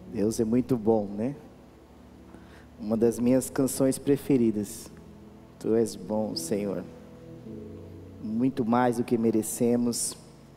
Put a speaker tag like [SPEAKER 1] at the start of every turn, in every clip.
[SPEAKER 1] Deus é muito bom, né? Uma das minhas canções preferidas. Tu és bom, Senhor. Muito mais do que merecemos,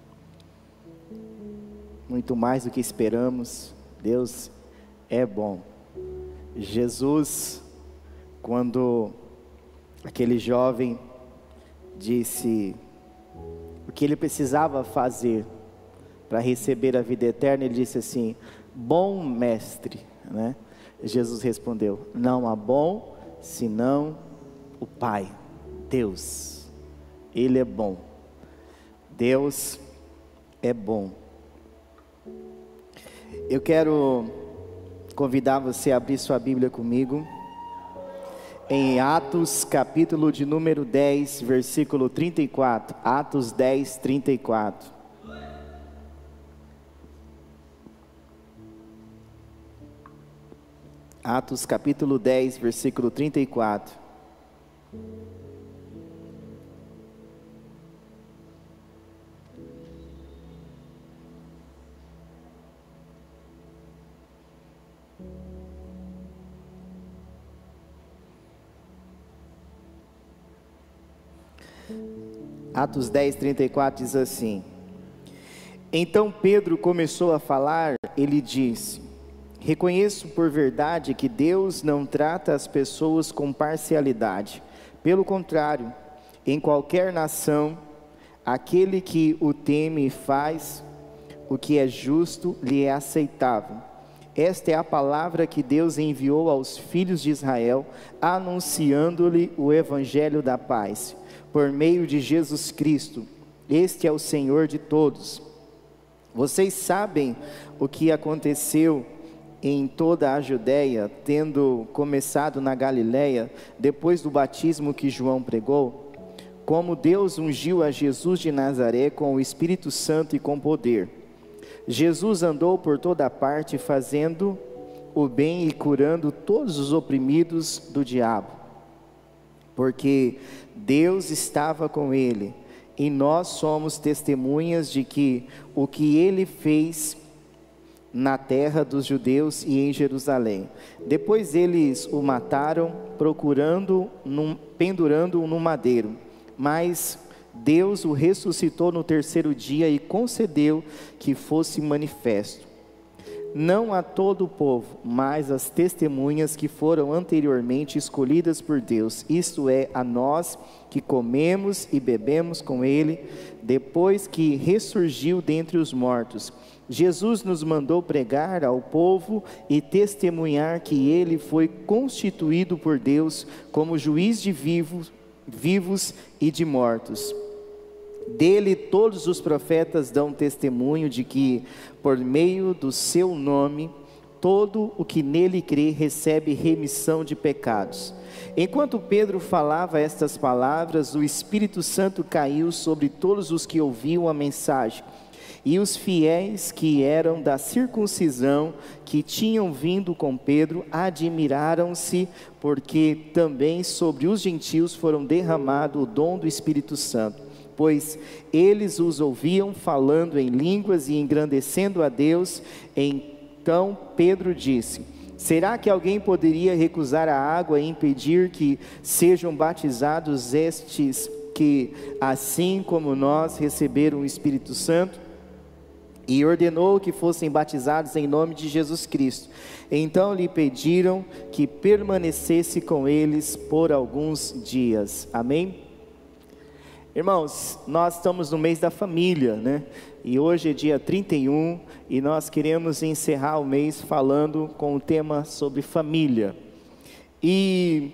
[SPEAKER 1] muito mais do que esperamos. Deus é bom. Jesus, quando aquele jovem disse o que ele precisava fazer para receber a vida eterna, ele disse assim: bom mestre, né? Jesus respondeu: não há bom senão o Pai, Deus. Ele é bom. Deus é bom. Eu quero convidar você a abrir sua Bíblia comigo em Atos, capítulo de número 10, versículo 34. Atos 10, 34. Atos, capítulo 10, versículo 34. Atos 10, 34 diz assim: então Pedro começou a falar, ele disse: reconheço por verdade que Deus não trata as pessoas com parcialidade. Pelo contrário, em qualquer nação, aquele que o teme e faz o que é justo lhe é aceitável. Esta é a palavra que Deus enviou aos filhos de Israel, anunciando-lhe o evangelho da paz, por meio de Jesus Cristo. Este é o Senhor de todos. Vocês sabem o que aconteceu em toda a Judeia, tendo começado na Galileia, depois do batismo que João pregou, como Deus ungiu a Jesus de Nazaré com o Espírito Santo e com poder. Jesus andou por toda parte, fazendo o bem e curando todos os oprimidos do diabo, porque Deus estava com ele, e nós somos testemunhas de que o que ele fez na terra dos judeus e em Jerusalém. Depois eles o mataram, pendurando-o no madeiro, mas Deus o ressuscitou no terceiro dia e concedeu que fosse manifesto, não a todo o povo, mas às testemunhas que foram anteriormente escolhidas por Deus, isto é, a nós que comemos e bebemos com ele, depois que ressurgiu dentre os mortos. Jesus nos mandou pregar ao povo e testemunhar que ele foi constituído por Deus como juiz de vivos e de mortos. Dele todos os profetas dão testemunho de que, por meio do seu nome, todo o que nele crê recebe remissão de pecados. Enquanto Pedro falava estas palavras, o Espírito Santo caiu sobre todos os que ouviam a mensagem. E os fiéis que eram da circuncisão, que tinham vindo com Pedro, admiraram-se, porque também sobre os gentios foram derramado o dom do Espírito Santo, pois eles os ouviam falando em línguas e engrandecendo a Deus. Então Pedro disse: será que alguém poderia recusar a água e impedir que sejam batizados estes que, assim como nós, receberam o Espírito Santo? E ordenou que fossem batizados em nome de Jesus Cristo. Então lhe pediram que permanecesse com eles por alguns dias. Amém? Irmãos, nós estamos no mês da família, né? E hoje é dia 31 e nós queremos encerrar o mês falando com o tema sobre família. E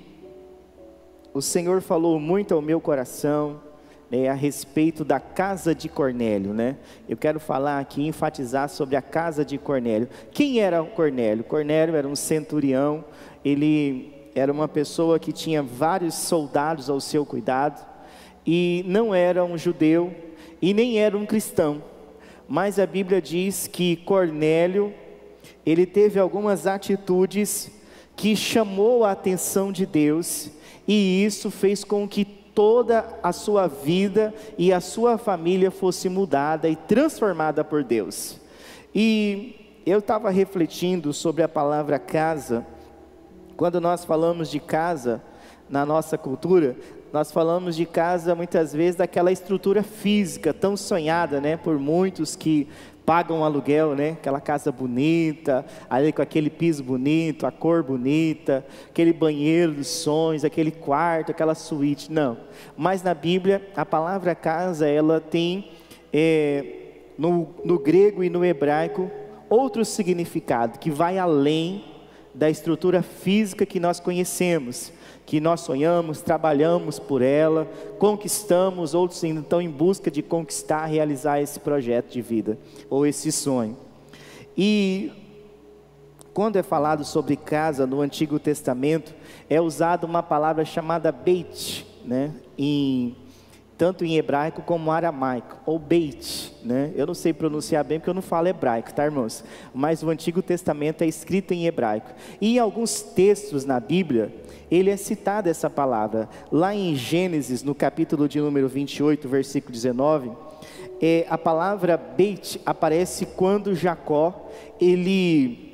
[SPEAKER 1] o Senhor falou muito ao meu coração, a respeito da casa de Cornélio, né? Eu quero falar aqui, enfatizar sobre a casa de Cornélio. Quem era Cornélio? Cornélio era um centurião, ele era uma pessoa que tinha vários soldados ao seu cuidado, e não era um judeu, e nem era um cristão, mas a Bíblia diz que Cornélio, ele teve algumas atitudes que chamou a atenção de Deus, e isso fez com que toda a sua vida e a sua família fosse mudada e transformada por Deus. E eu estava refletindo sobre a palavra casa. Quando nós falamos de casa na nossa cultura, nós falamos de casa muitas vezes daquela estrutura física tão sonhada, né, por muitos que pagam aluguel, né, aquela casa bonita, ali com aquele piso bonito, a cor bonita, aquele banheiro dos sonhos, aquele quarto, aquela suíte. Não, mas na Bíblia a palavra casa, ela tem no grego e no hebraico outro significado que vai além da estrutura física que nós conhecemos, que nós sonhamos, trabalhamos por ela, conquistamos, outros ainda estão em busca de conquistar, realizar esse projeto de vida, ou esse sonho. E quando é falado sobre casa no Antigo Testamento, é usada uma palavra chamada beit, né? Tanto em hebraico como aramaico, ou beit, né? Eu não sei pronunciar bem porque eu não falo hebraico, tá, irmãos? Mas o Antigo Testamento é escrito em hebraico. E em alguns textos na Bíblia, ele é citada essa palavra. Lá em Gênesis, no capítulo de número 28, versículo 19, a palavra beit aparece quando Jacó, ele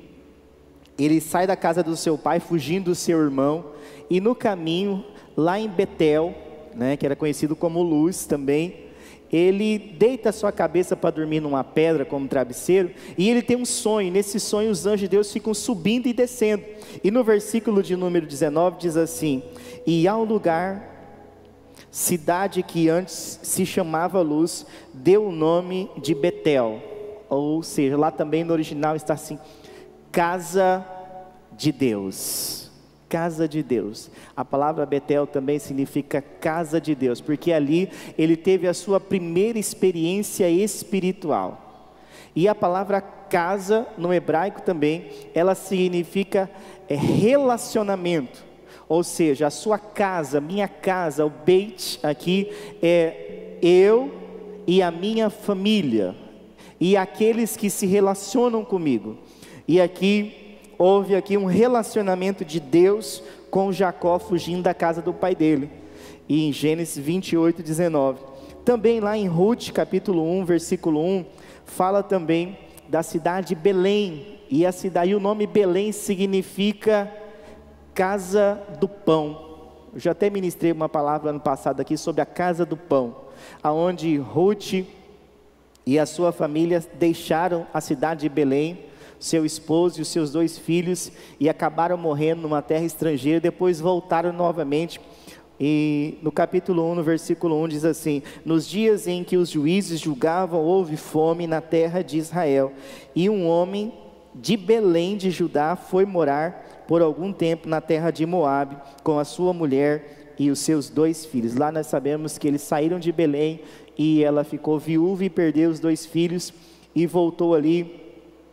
[SPEAKER 1] sai da casa do seu pai, fugindo do seu irmão, e no caminho, lá em Betel, né, que era conhecido como Luz também, ele deita a sua cabeça para dormir numa pedra como travesseiro, e ele tem um sonho. Nesse sonho os anjos de Deus ficam subindo e descendo, e no versículo de número 19 diz assim: e ao lugar, cidade que antes se chamava Luz, deu o nome de Betel, ou seja, lá também no original está assim, casa de Deus. Casa de Deus. A palavra Betel também significa casa de Deus, porque ali ele teve a sua primeira experiência espiritual. E a palavra casa no hebraico também, ela significa relacionamento, ou seja, a sua casa, minha casa, o beit aqui é eu e a minha família, e aqueles que se relacionam comigo. E aqui houve aqui um relacionamento de Deus com Jacó fugindo da casa do pai dele. E em Gênesis 28, 19. Também lá em Ruth, capítulo 1, versículo 1, fala também da cidade de Belém. E o nome Belém significa casa do pão. Eu já até ministrei uma palavra ano passado aqui sobre a casa do pão, aonde Ruth e a sua família deixaram a cidade de Belém, seu esposo e os seus 2 filhos, e acabaram morrendo numa terra estrangeira. Depois voltaram novamente, e no capítulo 1, no versículo 1 diz assim: nos dias em que os juízes julgavam, houve fome na terra de Israel, e um homem de Belém de Judá foi morar por algum tempo na terra de Moabe, com a sua mulher e os seus 2 filhos. Lá nós sabemos que eles saíram de Belém, e ela ficou viúva e perdeu os 2 filhos, e voltou ali,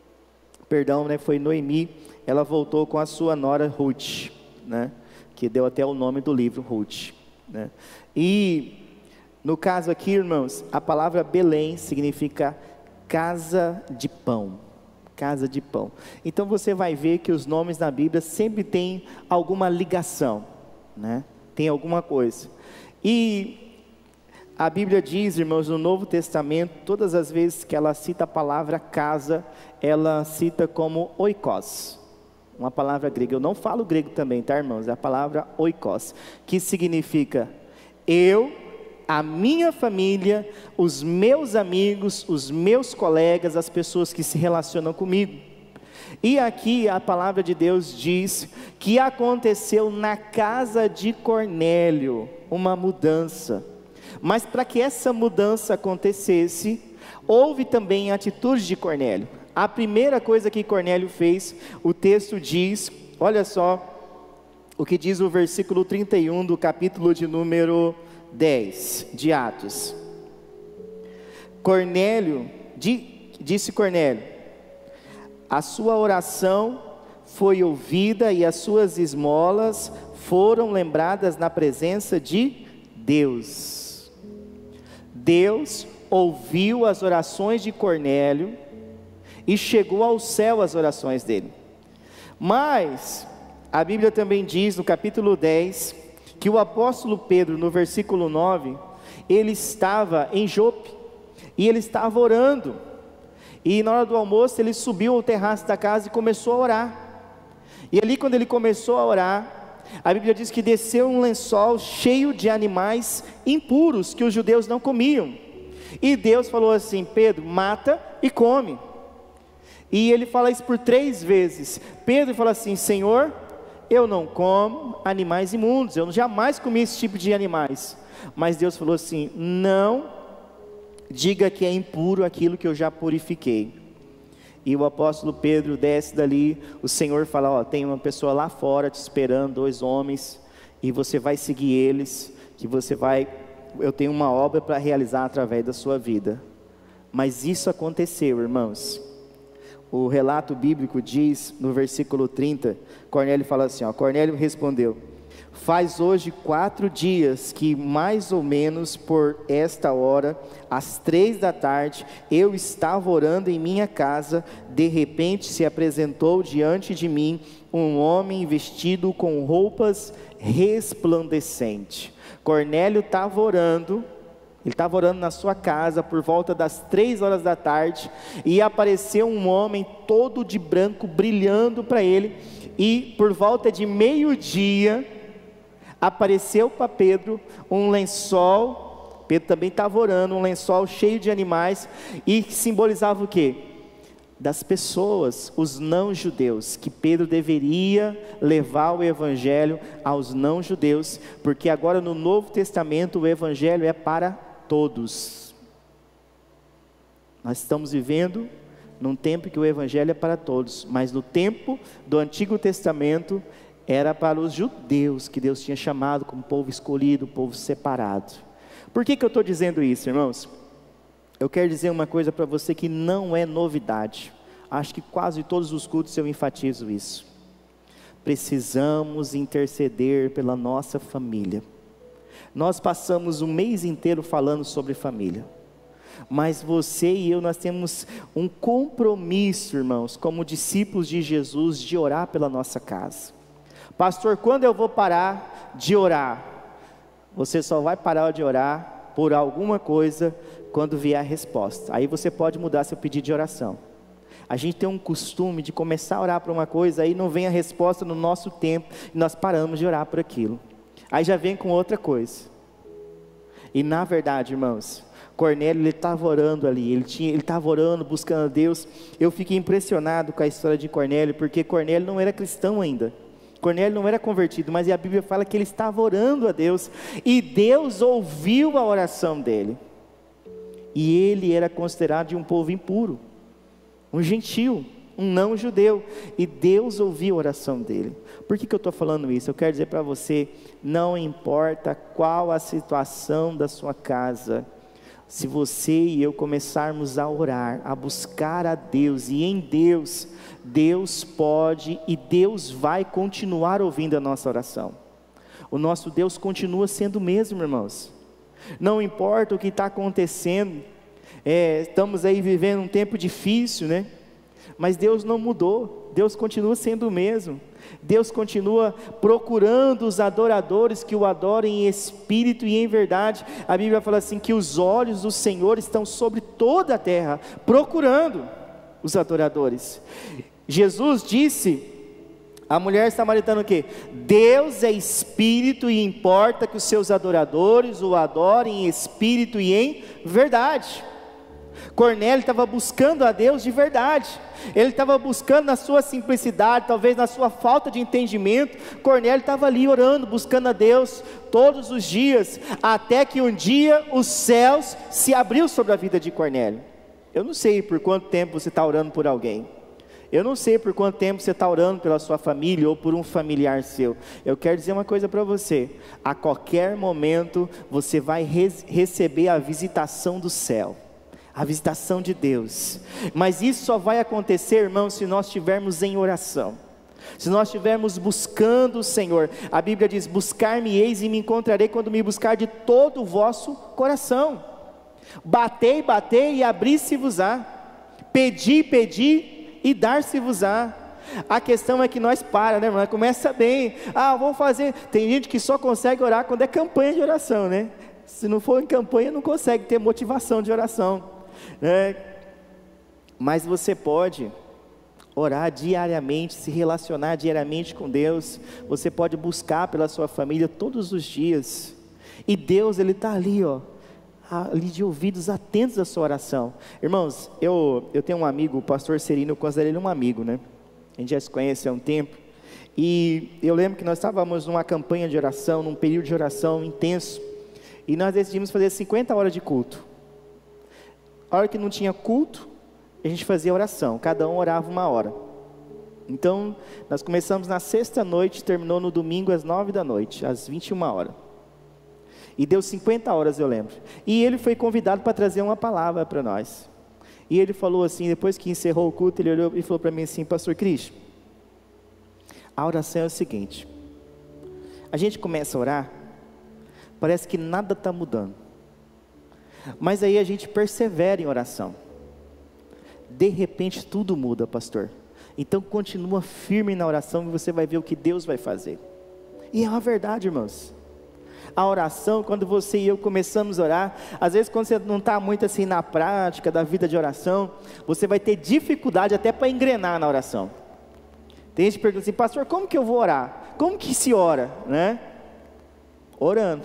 [SPEAKER 1] foi Noemi, ela voltou com a sua nora Ruth, né, que deu até o nome do livro, Ruth, né. E no caso aqui, irmãos, a palavra Belém significa casa de pão, casa de pão. Então você vai ver que os nomes na Bíblia sempre tem alguma ligação, né, tem alguma coisa. E a Bíblia diz, irmãos, no Novo Testamento, todas as vezes que ela cita a palavra casa, ela cita como oikos, uma palavra grega. Eu não falo grego também, tá, irmãos? É a palavra oikos, que significa eu, a minha família, os meus amigos, os meus colegas, as pessoas que se relacionam comigo. E aqui a palavra de Deus diz que aconteceu na casa de Cornélio uma mudança. Mas para que essa mudança acontecesse, houve também a atitude de Cornélio. A primeira coisa que Cornélio fez, o texto diz, olha só o que diz o versículo 31 do capítulo de número 10 de Atos. Disse Cornélio: a sua oração foi ouvida e as suas esmolas foram lembradas na presença de Deus. Deus ouviu as orações de Cornélio e chegou ao céu as orações dele. Mas a Bíblia também diz no capítulo 10 que o apóstolo Pedro, no versículo 9, ele estava em Jope e ele estava orando. E na hora do almoço ele subiu ao terraço da casa e começou a orar. E ali quando ele começou a orar, a Bíblia diz que desceu um lençol cheio de animais impuros que os judeus não comiam. E Deus falou assim: Pedro, mata e come. E ele fala isso por 3 vezes. Pedro fala assim: Senhor, eu não como animais imundos, eu jamais comi esse tipo de animais. Mas Deus falou assim: não diga que é impuro aquilo que eu já purifiquei. E o apóstolo Pedro desce dali, o Senhor fala: ó, tem uma pessoa lá fora te esperando, 2 homens, e você vai seguir eles, eu tenho uma obra para realizar através da sua vida. Mas isso aconteceu, irmãos. O relato bíblico diz, no versículo 30, Cornélio fala assim, ó, Cornélio respondeu: faz hoje 4 dias que mais ou menos por esta hora, às 3 da tarde, eu estava orando em minha casa, de repente se apresentou diante de mim um homem vestido com roupas resplandecentes. Cornélio estava orando, ele estava orando na sua casa por volta das 3 horas da tarde, e apareceu um homem todo de branco, brilhando para ele, e por volta de meio-dia, apareceu para Pedro um lençol, Pedro também estava orando, um lençol cheio de animais, e simbolizava o quê? Das pessoas, os não-judeus, que Pedro deveria levar o evangelho aos não-judeus, porque agora no Novo Testamento o evangelho é para todos. Nós estamos vivendo num tempo que o evangelho é para todos, mas no tempo do Antigo Testamento era para os judeus que Deus tinha chamado como povo escolhido, povo separado. Por que eu estou dizendo isso, irmãos? Eu quero dizer uma coisa para você que não é novidade. Acho que quase todos os cultos eu enfatizo isso. Precisamos interceder pela nossa família. Nós passamos um mês inteiro falando sobre família, mas você e eu, nós temos um compromisso, irmãos, como discípulos de Jesus, de orar pela nossa casa. Pastor, quando eu vou parar de orar? Você só vai parar de orar por alguma coisa quando vier a resposta. Aí você pode mudar seu pedido de oração. A gente tem um costume de começar a orar por uma coisa, aí não vem a resposta no nosso tempo, e nós paramos de orar por aquilo. Aí já vem com outra coisa. E na verdade, irmãos, Cornélio, ele estava orando ali, ele estava orando, buscando a Deus. Eu fiquei impressionado com a história de Cornélio, porque Cornélio não era cristão ainda. Cornélio não era convertido, mas a Bíblia fala que ele estava orando a Deus, e Deus ouviu a oração dele. E ele era considerado de um povo impuro, um gentio, um não judeu, e Deus ouviu a oração dele. Por que eu estou falando isso? Eu quero dizer para você, não importa qual a situação da sua casa, se você e eu começarmos a orar, a buscar a Deus, e em Deus, Deus pode e Deus vai continuar ouvindo a nossa oração. O nosso Deus continua sendo o mesmo, irmãos. Não importa o que está acontecendo, estamos aí vivendo um tempo difícil, né? Mas Deus não mudou, Deus continua sendo o mesmo. Deus continua procurando os adoradores que o adorem em espírito e em verdade. A Bíblia fala assim, que os olhos do Senhor estão sobre toda a terra, procurando os adoradores. Jesus disse, a mulher samaritana o quê? Deus é espírito e importa que os seus adoradores o adorem em espírito e em verdade. Cornélio estava buscando a Deus de verdade, ele estava buscando na sua simplicidade, talvez na sua falta de entendimento. Cornélio estava ali orando, buscando a Deus todos os dias, até que um dia os céus se abriu sobre a vida de Cornélio. Eu não sei por quanto tempo você está orando por alguém, eu não sei por quanto tempo você está orando pela sua família ou por um familiar seu. Eu quero dizer uma coisa para você, a qualquer momento você vai receber a visitação do céu, a visitação de Deus. Mas isso só vai acontecer, irmãos, se nós estivermos em oração, se nós estivermos buscando o Senhor. A Bíblia diz, buscar-me-eis e me encontrarei quando me buscar de todo o vosso coração. Batei, batei e abri-se-vos-á, pedi, pedi e dar-se-vos-á. A questão é que nós né, irmão? Começa bem, vou fazer. Tem gente que só consegue orar quando é campanha de oração, né? Se não for em campanha, não consegue ter motivação de oração, né? Mas você pode orar diariamente, se relacionar diariamente com Deus. Você pode buscar pela sua família todos os dias. E Deus, Ele está ali, ali de ouvidos atentos à sua oração. Irmãos, eu tenho um amigo, o pastor Serino, eu considero ele um amigo, né? A gente já se conhece há um tempo. E eu lembro que nós estávamos numa campanha de oração, num período de oração intenso. E nós decidimos fazer 50 horas de culto. A hora que não tinha culto, a gente fazia oração, cada um orava 1 hora. Então, nós começamos na sexta noite, terminou no domingo às 9 da noite, às 21 horas. E deu 50 horas, eu lembro. E ele foi convidado para trazer uma palavra para nós. E ele falou assim, depois que encerrou o culto, ele olhou e falou para mim assim: pastor Cris, a oração é o seguinte: a gente começa a orar, parece que nada está mudando, mas aí a gente persevera em oração, de repente tudo muda, pastor. Então continua firme na oração e você vai ver o que Deus vai fazer. E é uma verdade, irmãos. A oração, quando você e eu começamos a orar, às vezes quando você não está muito assim na prática da vida de oração, você vai ter dificuldade até para engrenar na oração. Tem gente que pergunta assim: pastor, como que eu vou orar? Como que se ora, né? Orando,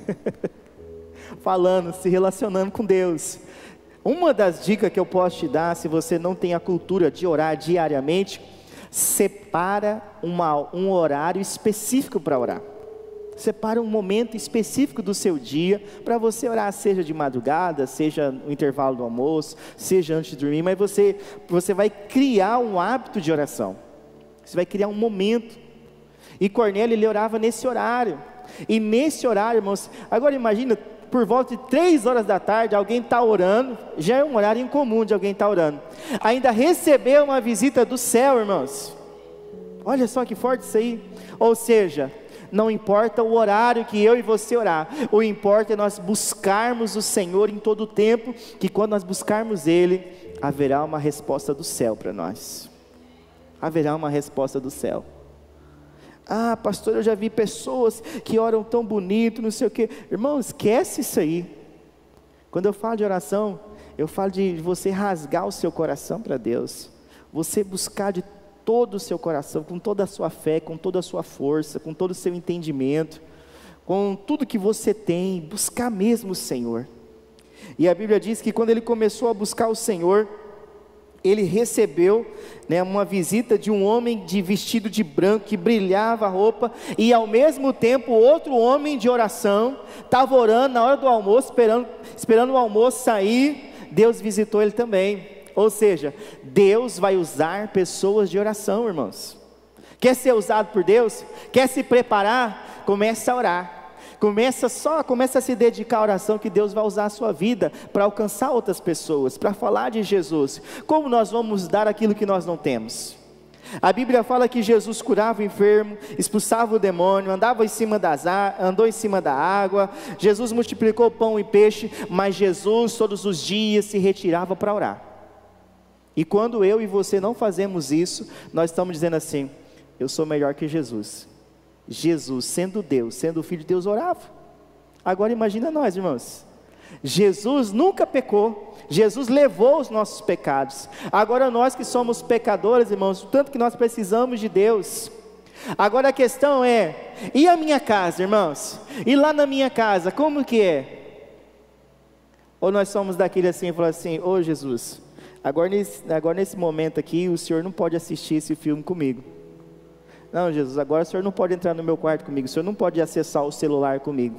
[SPEAKER 1] falando, se relacionando com Deus. Uma das dicas que eu posso te dar, se você não tem a cultura de orar diariamente, separa um horário específico para orar. Separa um momento específico do seu dia para você orar, seja de madrugada, seja no intervalo do almoço, seja antes de dormir, mas você vai criar um hábito de oração. Você vai criar um momento. E Cornélio, ele orava nesse horário. E nesse horário, irmãos, agora imagina, por volta de 3 horas da tarde, alguém está orando, já é um horário incomum de alguém estar orando. Ainda recebeu uma visita do céu, irmãos. Olha só que forte isso aí. Ou seja, não importa o horário que eu e você orar, o importa é nós buscarmos o Senhor em todo o tempo, que quando nós buscarmos Ele, haverá uma resposta do céu para nós. Haverá uma resposta do céu. Ah, pastor, eu já vi pessoas que oram tão bonito, não sei o que. Irmão, esquece isso aí. Quando eu falo de oração, eu falo de você rasgar o seu coração para Deus, você buscar de todo o seu coração, com toda a sua fé, com toda a sua força, com todo o seu entendimento, com tudo que você tem, buscar mesmo o Senhor. E a Bíblia diz que quando ele começou a buscar o Senhor, ele recebeu, uma visita de um homem de vestido de branco, que brilhava a roupa, e ao mesmo tempo outro homem de oração, estava orando na hora do almoço, esperando o almoço sair. Deus visitou ele também. Ou seja, Deus vai usar pessoas de oração, irmãos. Quer ser usado por Deus? Quer se preparar? Comece a orar. Começa a se dedicar à oração, que Deus vai usar a sua vida para alcançar outras pessoas, para falar de Jesus. Como nós vamos dar aquilo que nós não temos? A Bíblia fala que Jesus curava o enfermo, expulsava o demônio, andou em cima da água. Jesus multiplicou pão e peixe, mas Jesus todos os dias se retirava para orar. E quando eu e você não fazemos isso, nós estamos dizendo assim: eu sou melhor que Jesus. Jesus, sendo Deus, sendo o Filho de Deus, orava. Agora imagina nós, irmãos. Jesus nunca pecou, Jesus levou os nossos pecados. Agora nós que somos pecadores, irmãos, o tanto que nós precisamos de Deus. Agora a questão é: e a minha casa, irmãos? E lá na minha casa, como que é? Ou nós somos daquele assim, falar assim: ô Jesus, agora nesse momento aqui, o Senhor não pode assistir esse filme comigo. Não, Jesus, agora o Senhor não pode entrar no meu quarto comigo, o Senhor não pode acessar o celular comigo.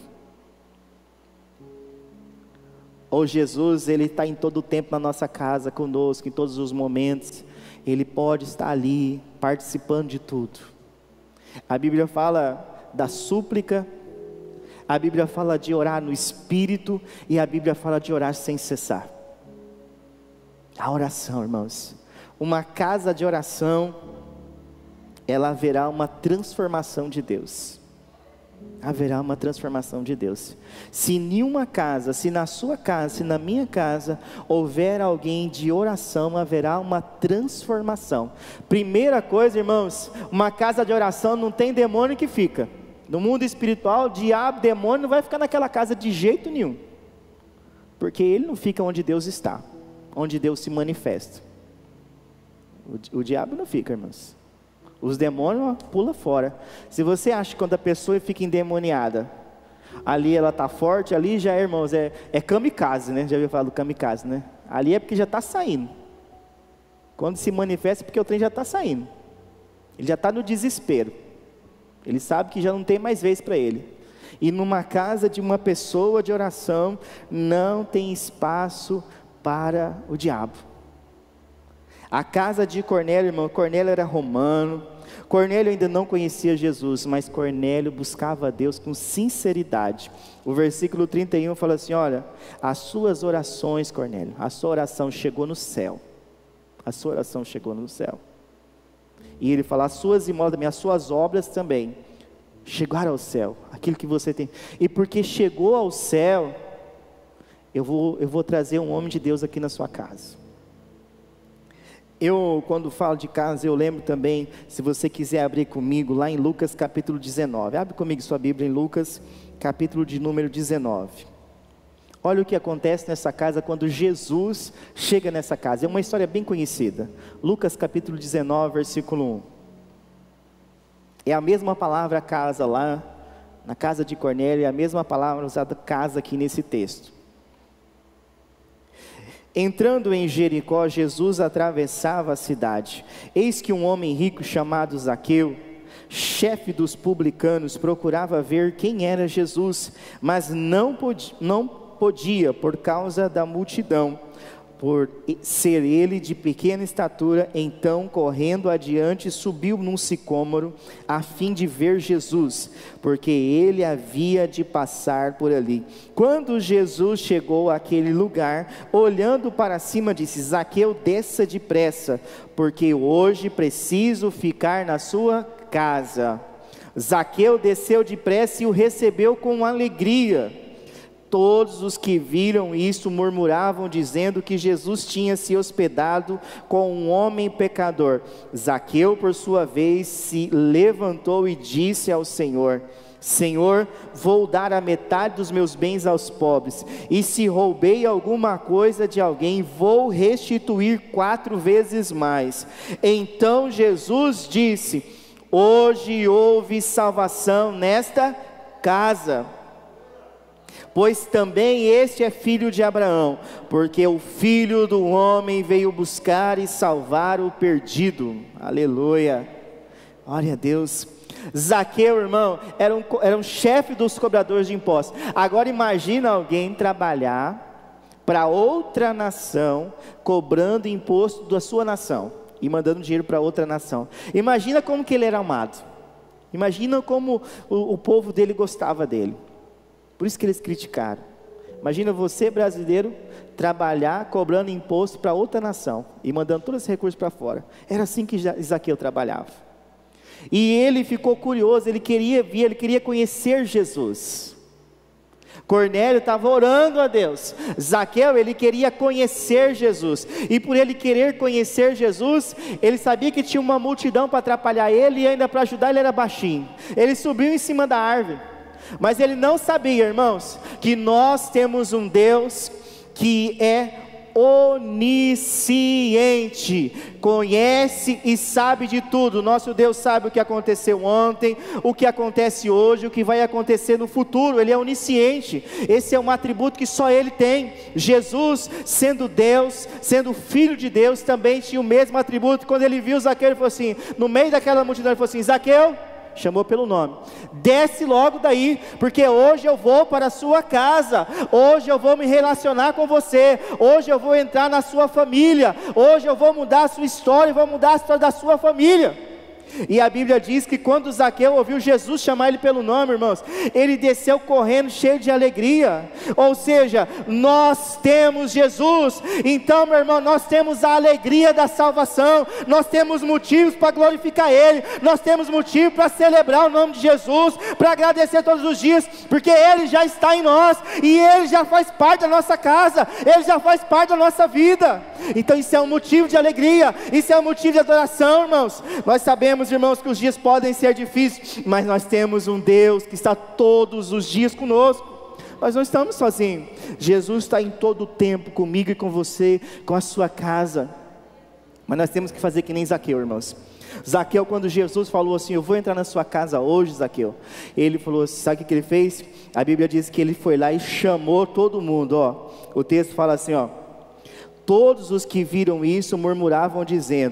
[SPEAKER 1] Ou Jesus, Ele está em todo o tempo na nossa casa, conosco, em todos os momentos. Ele pode estar ali, participando de tudo. A Bíblia fala da súplica, a Bíblia fala de orar no Espírito, e a Bíblia fala de orar sem cessar. A oração, irmãos, uma casa de oração, ela haverá uma transformação de Deus. Haverá uma transformação de Deus. Se nenhuma casa, se na sua casa, se na minha casa houver alguém de oração, haverá uma transformação. Primeira coisa, irmãos, uma casa de oração não tem demônio que fica. No mundo espiritual, diabo, demônio não vai ficar naquela casa de jeito nenhum, porque ele não fica onde Deus está, onde Deus se manifesta. O diabo não fica, irmãos. Os demônios pulam fora. Se você acha que quando a pessoa fica endemoniada, ali ela está forte, ali já, irmãos, é kamikaze, né? Já ouviu falar do kamikaze, né? Ali é porque já está saindo. Quando se manifesta é porque o trem já está saindo. Ele já está no desespero. Ele sabe que já não tem mais vez para ele. E numa casa de uma pessoa de oração, não tem espaço para o diabo. A casa de Cornélio, irmão, Cornélio era romano. Cornélio ainda não conhecia Jesus, mas Cornélio buscava a Deus com sinceridade. O versículo 31 fala assim: olha, as suas orações, Cornélio, a sua oração chegou no céu. A sua oração chegou no céu. E ele fala: as suas imóveis também, as suas obras também chegaram ao céu. Aquilo que você tem. E porque chegou ao céu, eu vou trazer um homem de Deus aqui na sua casa. Quando falo de casa, eu lembro também, se você quiser abrir comigo, lá em Lucas capítulo 19, abre comigo sua Bíblia em Lucas, capítulo de número 19, olha o que acontece nessa casa, quando Jesus chega nessa casa, é uma história bem conhecida, Lucas capítulo 19, versículo 1, é a mesma palavra casa lá, na casa de Cornélio, é a mesma palavra usada casa aqui nesse texto. Entrando em Jericó, Jesus atravessava a cidade. Eis que um homem rico chamado Zaqueu, chefe dos publicanos, procurava ver quem era Jesus, mas não podia por causa da multidão, por ser ele de pequena estatura. Então, correndo adiante, subiu num sicômoro, a fim de ver Jesus, porque ele havia de passar por ali. Quando Jesus chegou àquele lugar, olhando para cima, disse: Zaqueu, desça depressa, porque hoje preciso ficar na sua casa. Zaqueu desceu depressa e o recebeu com alegria. Todos os que viram isso murmuravam, dizendo que Jesus tinha se hospedado com um homem pecador. Zaqueu, por sua vez, se levantou e disse ao Senhor: Senhor, vou dar a metade dos meus bens aos pobres, e se roubei alguma coisa de alguém, vou restituir 4 vezes mais. Então Jesus disse: hoje houve salvação nesta casa, pois também este é filho de Abraão, porque o Filho do Homem veio buscar e salvar o perdido. Aleluia, glória a Deus. Zaqueu, irmão, era um chefe dos cobradores de impostos. Agora imagina alguém trabalhar para outra nação, cobrando imposto da sua nação, e mandando dinheiro para outra nação. Imagina como que ele era amado, imagina como o povo dele gostava dele. Por isso que eles criticaram. Imagina você, brasileiro, trabalhar cobrando imposto para outra nação e mandando todos os recursos para fora. Era assim que Zaqueu trabalhava. E ele ficou curioso, ele queria vir, ele queria conhecer Jesus. Cornélio estava orando a Deus. Zaqueu, ele queria conhecer Jesus. E por ele querer conhecer Jesus, ele sabia que tinha uma multidão para atrapalhar ele, e ainda para ajudar ele era baixinho. Ele subiu em cima da árvore. Mas ele não sabia, irmãos, que nós temos um Deus que é onisciente, conhece e sabe de tudo. Nosso Deus sabe o que aconteceu ontem, o que acontece hoje, o que vai acontecer no futuro. Ele é onisciente. Esse é um atributo que só Ele tem. Jesus, sendo Deus, sendo Filho de Deus, também tinha o mesmo atributo. Quando ele viu Zaqueu, ele falou assim, no meio daquela multidão, ele falou assim: Zaqueu, chamou pelo nome, desce logo daí, porque hoje eu vou para a sua casa, hoje eu vou me relacionar com você, hoje eu vou entrar na sua família, hoje eu vou mudar a sua história, vou mudar a história da sua família. E a Bíblia diz que quando Zaqueu ouviu Jesus chamar ele pelo nome, irmãos, ele desceu correndo cheio de alegria. Ou seja, nós temos Jesus. Então, meu irmão, nós temos a alegria da salvação, nós temos motivos para glorificar Ele, nós temos motivo para celebrar o nome de Jesus, para agradecer todos os dias, porque Ele já está em nós, e Ele já faz parte da nossa casa, Ele já faz parte da nossa vida. Então isso é um motivo de alegria, isso é um motivo de adoração, irmãos. Nós sabemos, irmãos, que os dias podem ser difíceis, mas nós temos um Deus que está todos os dias conosco. Nós não estamos sozinhos. Jesus está em todo o tempo comigo e com você, com a sua casa. Mas nós temos que fazer que nem Zaqueu, irmãos. Zaqueu, quando Jesus falou assim, eu vou entrar na sua casa hoje, Zaqueu, ele falou assim, sabe o que ele fez? A Bíblia diz que ele foi lá e chamou todo mundo, ó. O texto fala assim, ó: todos os que viram isso murmuravam dizendo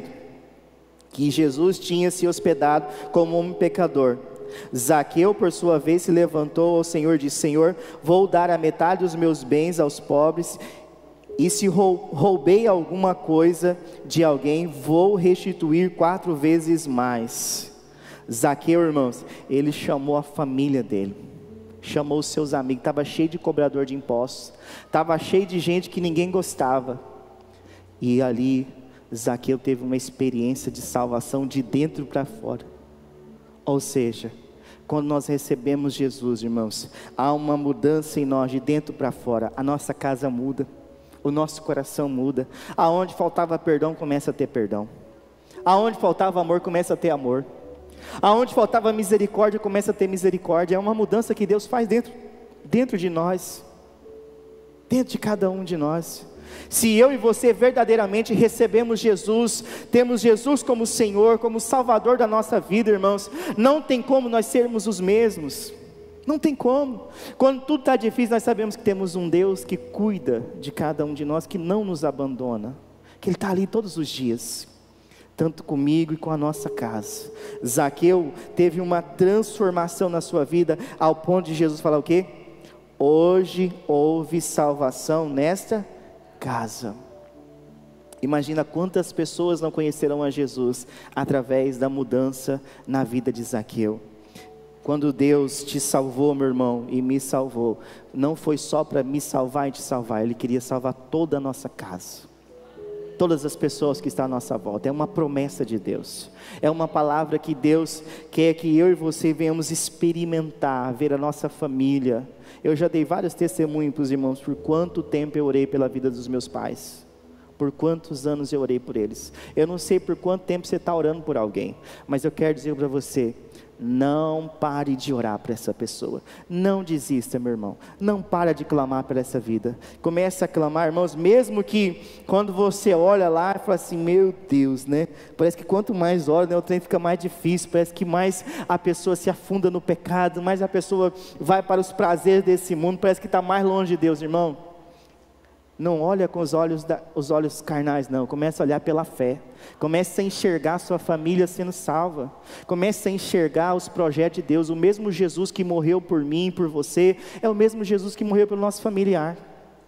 [SPEAKER 1] que Jesus tinha se hospedado como um pecador. Zaqueu, por sua vez, se levantou ao Senhor e disse: Senhor, vou dar a metade dos meus bens aos pobres, e se roubei alguma coisa de alguém, vou restituir 4 vezes mais. Zaqueu, irmãos, ele chamou a família dele, chamou os seus amigos, estava cheio de cobrador de impostos, estava cheio de gente que ninguém gostava, e ali Zaqueu teve uma experiência de salvação de dentro para fora. Ou seja, quando nós recebemos Jesus, irmãos, há uma mudança em nós de dentro para fora. A nossa casa muda, o nosso coração muda. Aonde faltava perdão, começa a ter perdão. Aonde faltava amor, começa a ter amor. Aonde faltava misericórdia, começa a ter misericórdia. É uma mudança que Deus faz dentro de nós, dentro de cada um de nós. Se eu e você verdadeiramente recebemos Jesus, temos Jesus como Senhor, como Salvador da nossa vida, irmãos, não tem como nós sermos os mesmos, não tem como. Quando tudo está difícil, nós sabemos que temos um Deus que cuida de cada um de nós, que não nos abandona, que Ele está ali todos os dias, tanto comigo e com a nossa casa. Zaqueu teve uma transformação na sua vida, ao ponto de Jesus falar o quê? Hoje houve salvação nesta casa. Imagina quantas pessoas não conhecerão a Jesus através da mudança na vida de Zaqueu. Quando Deus te salvou, meu irmão, e me salvou, não foi só para me salvar e te salvar, Ele queria salvar toda a nossa casa, todas as pessoas que estão à nossa volta. É uma promessa de Deus, é uma palavra que Deus quer que eu e você venhamos experimentar, ver a nossa família. Eu já dei vários testemunhos para os irmãos, por quanto tempo eu orei pela vida dos meus pais, por quantos anos eu orei por eles. Eu não sei por quanto tempo você está orando por alguém, mas eu quero dizer para você, não pare de orar para essa pessoa, não desista, meu irmão, não para de clamar por essa vida, comece a clamar, irmãos, mesmo que quando você olha lá e fala assim, meu Deus, né, parece que quanto mais ora, né, o trem fica mais difícil, parece que mais a pessoa se afunda no pecado, mais a pessoa vai para os prazeres desse mundo, parece que está mais longe de Deus, irmão. Não olha com os olhos carnais, não. Comece a olhar pela fé. Comece a enxergar a sua família sendo salva. Comece a enxergar os projetos de Deus. O mesmo Jesus que morreu por mim e por você, é o mesmo Jesus que morreu pelo nosso familiar.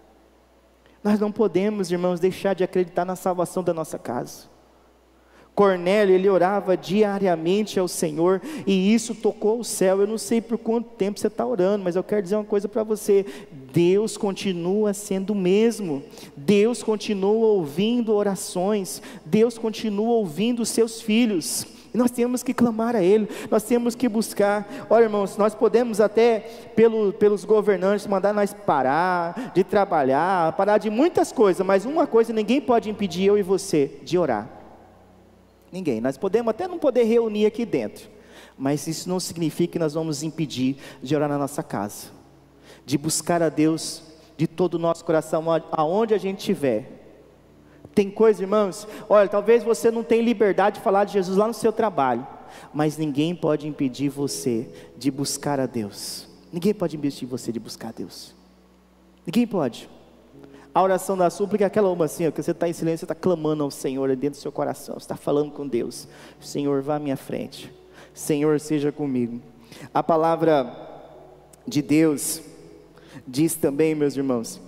[SPEAKER 1] Nós não podemos, irmãos, deixar de acreditar na salvação da nossa casa. Cornélio, ele orava diariamente ao Senhor, e isso tocou o céu. Eu não sei por quanto tempo você está orando, mas eu quero dizer uma coisa para você, Deus continua sendo o mesmo, Deus continua ouvindo orações, Deus continua ouvindo os seus filhos, e nós temos que clamar a Ele, nós temos que buscar. Olha, irmãos, nós podemos até, pelos governantes, mandar nós parar de trabalhar, parar de muitas coisas, mas uma coisa ninguém pode impedir eu e você, de orar. Ninguém. Nós podemos até não poder reunir aqui dentro, mas isso não significa que nós vamos impedir de orar na nossa casa, de buscar a Deus de todo o nosso coração, aonde a gente estiver. Tem coisa, irmãos, olha, talvez você não tenha liberdade de falar de Jesus lá no seu trabalho, mas ninguém pode impedir você de buscar a Deus. Ninguém pode impedir você de buscar a Deus. Ninguém pode. A oração da súplica é aquela uma assim, ó, que você está em silêncio, você está clamando ao Senhor dentro do seu coração, você está falando com Deus. Senhor, vá à minha frente, Senhor, seja comigo. A palavra de Deus diz também, meus irmãos,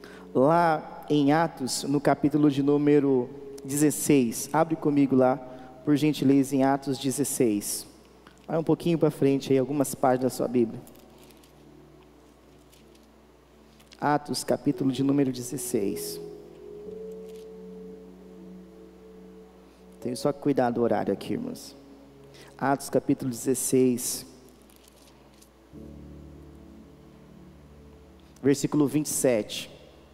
[SPEAKER 1] lá em Atos, no capítulo de número 16, abre comigo lá, por gentileza, em Atos 16, vai um pouquinho para frente aí, algumas páginas da sua Bíblia. Atos, capítulo de número 16. Tenho só que cuidar do horário aqui, irmãos. Atos, capítulo 16, versículo 27.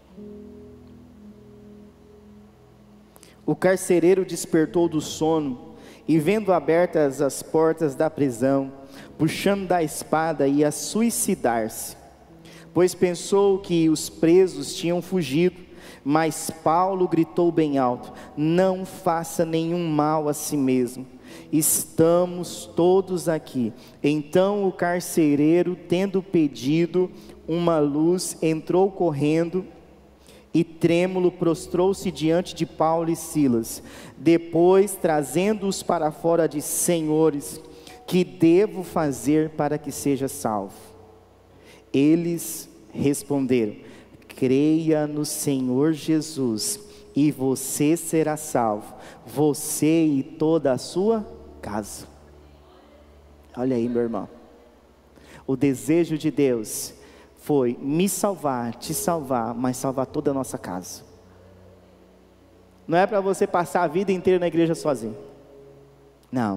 [SPEAKER 1] O carcereiro despertou do sono, e vendo abertas as portas da prisão, puxando da espada, ia suicidar-se, pois pensou que os presos tinham fugido. Mas Paulo gritou bem alto: não faça nenhum mal a si mesmo, estamos todos aqui. Então o carcereiro, tendo pedido uma luz, entrou correndo e trêmulo prostrou-se diante de Paulo e Silas. Depois, trazendo-os para fora, disse: senhores, que devo fazer para que seja salvo? Eles responderam: creia no Senhor Jesus e você será salvo, você e toda a sua casa. Olha aí, meu irmão, o desejo de Deus foi me salvar, te salvar, mas salvar toda a nossa casa. Não é para você passar a vida inteira na igreja sozinho, não.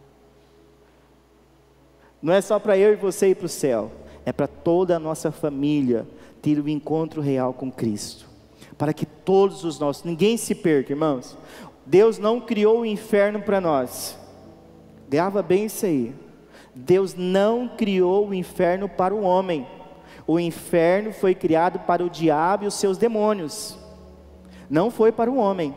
[SPEAKER 1] Não é só para eu e você ir para o céu, é para toda a nossa família ter um encontro real com Cristo, para que todos os nossos, ninguém se perca, irmãos. Deus não criou o inferno para nós, grava bem isso aí. Deus não criou o inferno para o homem. O inferno foi criado para o diabo e os seus demônios, não foi para o homem.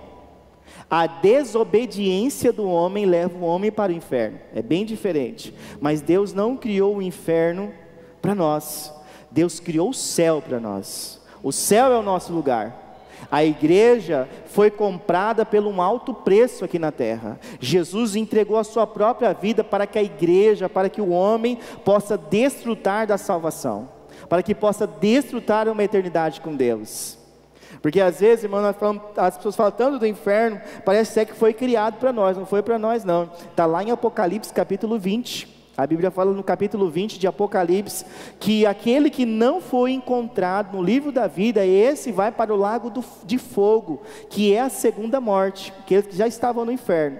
[SPEAKER 1] A desobediência do homem leva o homem para o inferno, é bem diferente. Mas Deus não criou o inferno para nós, Deus criou o céu para nós. O céu é o nosso lugar. A igreja foi comprada por um alto preço aqui na terra. Jesus entregou a sua própria vida para que a igreja, para que o homem possa desfrutar da salvação, para que possa desfrutar uma eternidade com Deus. Porque às vezes, irmão, as pessoas falam tanto do inferno, parece ser que foi criado para nós. Não foi para nós não, está lá em Apocalipse capítulo 20, a Bíblia fala no capítulo 20 de Apocalipse, que aquele que não foi encontrado no livro da vida, esse vai para o lago de fogo, que é a segunda morte, que eles já estavam no inferno,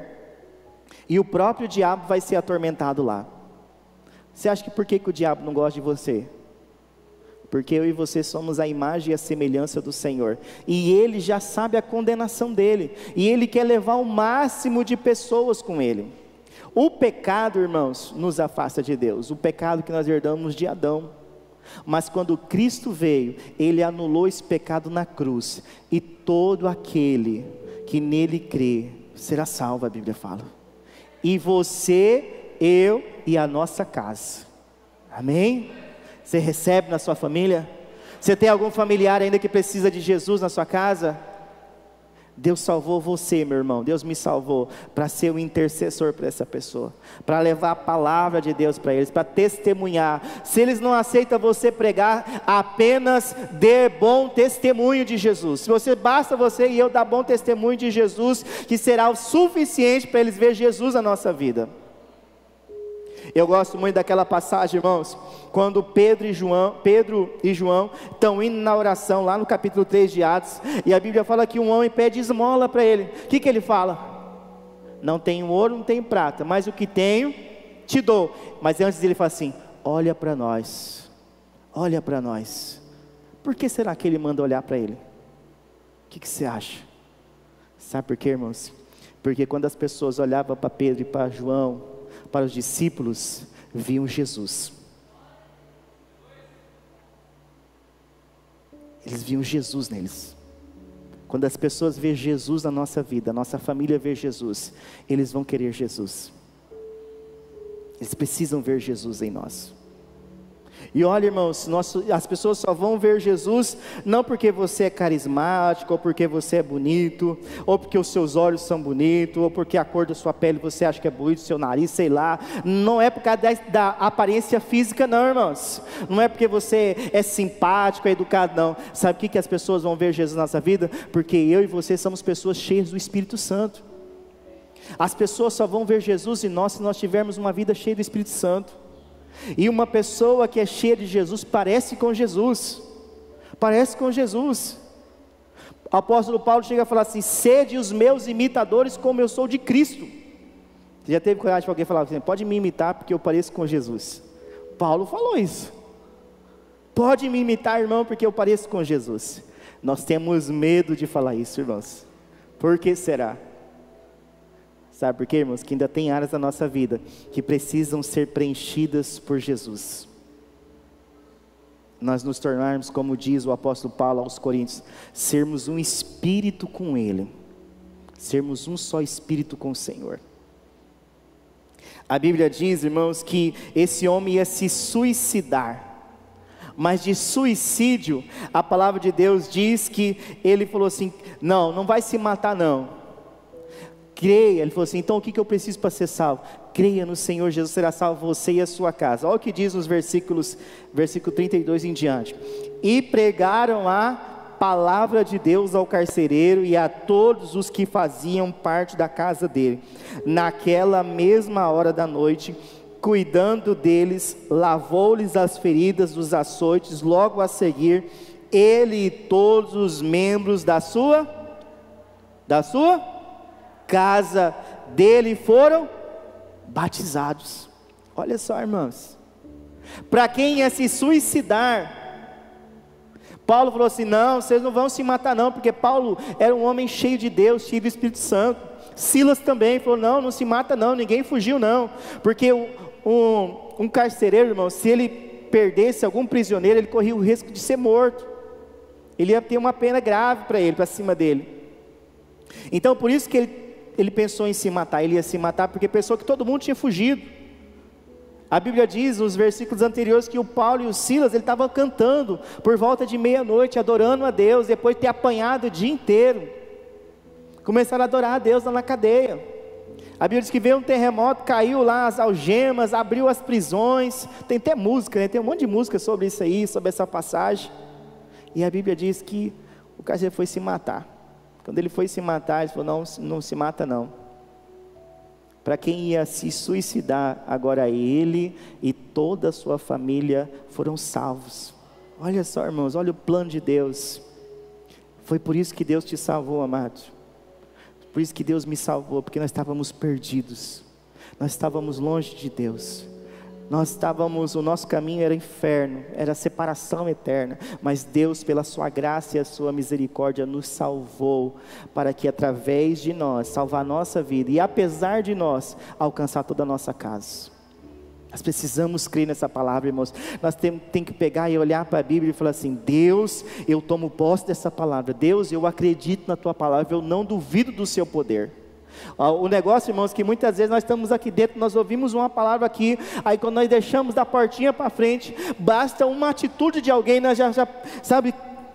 [SPEAKER 1] e o próprio diabo vai ser atormentado lá. Você acha que por que o diabo não gosta de você? Porque eu e você somos a imagem e a semelhança do Senhor, e Ele já sabe a condenação dele, e Ele quer levar o máximo de pessoas com Ele. O pecado, irmãos, nos afasta de Deus, o pecado que nós herdamos de Adão. Mas quando Cristo veio, Ele anulou esse pecado na cruz, e todo aquele que nele crê será salvo, a Bíblia fala. E você, eu e a nossa casa. Amém? Você recebe na sua família? Você tem algum familiar ainda que precisa de Jesus na sua casa? Deus salvou você, meu irmão. Deus me salvou para ser o intercessor para essa pessoa, para levar a palavra de Deus para eles, para testemunhar. Se eles não aceitam você pregar, apenas dê bom testemunho de Jesus. Se basta você e eu dar bom testemunho de Jesus, que será o suficiente para eles ver Jesus na nossa vida. Eu gosto muito daquela passagem, irmãos, quando Pedro e João estão indo na oração, lá no capítulo 3 de Atos, e a Bíblia fala que um homem pede esmola para ele. O que ele fala? Não tenho ouro, não tenho prata, mas o que tenho, te dou. Mas antes ele fala assim: olha para nós, olha para nós. Por que será que ele manda olhar para ele? O que você acha? Sabe por quê, irmãos? Porque quando as pessoas olhavam para Pedro e para João, para os discípulos, viam Jesus. Eles viam Jesus neles. Quando as pessoas veem Jesus na nossa vida, a nossa família vê Jesus, eles vão querer Jesus. Eles precisam ver Jesus em nós. E olha, irmãos, as pessoas só vão ver Jesus não porque você é carismático, ou porque você é bonito, ou porque os seus olhos são bonitos, ou porque a cor da sua pele você acha que é bonito, seu nariz, sei lá. Não é por causa da aparência física não, irmãos. Não é porque você é simpático, é educado, não. Sabe o que as pessoas vão ver Jesus na nossa vida? Porque eu e você somos pessoas cheias do Espírito Santo. As pessoas só vão ver Jesus em nós se nós tivermos uma vida cheia do Espírito Santo. E uma pessoa que é cheia de Jesus parece com Jesus. Parece com Jesus. O apóstolo Paulo chega a falar assim: sede os meus imitadores como eu sou de Cristo. Você já teve coragem para alguém falar assim: pode me imitar porque eu pareço com Jesus? Paulo falou isso. Pode me imitar, irmão, porque eu pareço com Jesus. Nós temos medo de falar isso, irmãos. Por que será? Sabe por quê, irmãos? Que ainda tem áreas da nossa vida que precisam ser preenchidas por Jesus. nós nos tornarmos, como diz o apóstolo Paulo aos Coríntios, sermos um espírito com Ele, sermos um só espírito com o Senhor. A Bíblia diz, irmãos, que esse homem ia se suicidar, mas de suicídio, a palavra de Deus diz que ele falou assim, não vai se matar não, creia, ele falou assim, então o que eu preciso para ser salvo? Creia no Senhor Jesus, será salvo você e a sua casa. Olha o que diz nos versículo 32 em diante, e pregaram a palavra de Deus ao carcereiro e a todos os que faziam parte da casa dele, naquela mesma hora da noite, cuidando deles, lavou-lhes as feridas dos açoites, logo a seguir, ele e todos os membros da sua casa dele foram batizados. Olha só, irmãos, para quem ia se suicidar, Paulo falou assim, não, vocês não vão se matar não, porque Paulo era um homem cheio de Deus, cheio do Espírito Santo. Silas também falou, não se mata não, ninguém fugiu não, porque um carcereiro, irmão, se ele perdesse algum prisioneiro, ele corria o risco de ser morto, ele ia ter uma pena grave para ele, para cima dele. Então por isso que ele pensou em se matar, ele ia se matar porque pensou que todo mundo tinha fugido. A Bíblia diz nos versículos anteriores que o Paulo e o Silas, ele estavam cantando por volta de meia-noite, adorando a Deus, depois de ter apanhado o dia inteiro, começaram a adorar a Deus lá na cadeia. A Bíblia diz que veio um terremoto, caiu lá as algemas, abriu as prisões, tem até música, né? Tem um monte de música sobre isso aí, sobre essa passagem, e a Bíblia diz que o carcereiro foi se matar. Quando ele foi se matar, ele falou, não se mata não. Para quem ia se suicidar, agora ele e toda a sua família foram salvos. Olha só, irmãos, olha o plano de Deus. Foi por isso que Deus te salvou, amado. Por isso que Deus me salvou, porque nós estávamos perdidos, nós estávamos longe de Deus, o nosso caminho era inferno, era separação eterna, mas Deus, pela sua graça e a sua misericórdia, nos salvou, para que através de nós, salvar a nossa vida, e apesar de nós, alcançar toda a nossa casa. Nós precisamos crer nessa palavra, irmãos. Nós temos que pegar e olhar para a Bíblia e falar assim, Deus, eu tomo posse dessa palavra, Deus, eu acredito na tua palavra, eu não duvido do seu poder. O negócio, irmãos, que muitas vezes nós estamos aqui dentro, nós ouvimos uma palavra aqui, aí quando nós deixamos da portinha para frente, basta uma atitude de alguém, nós já sabe,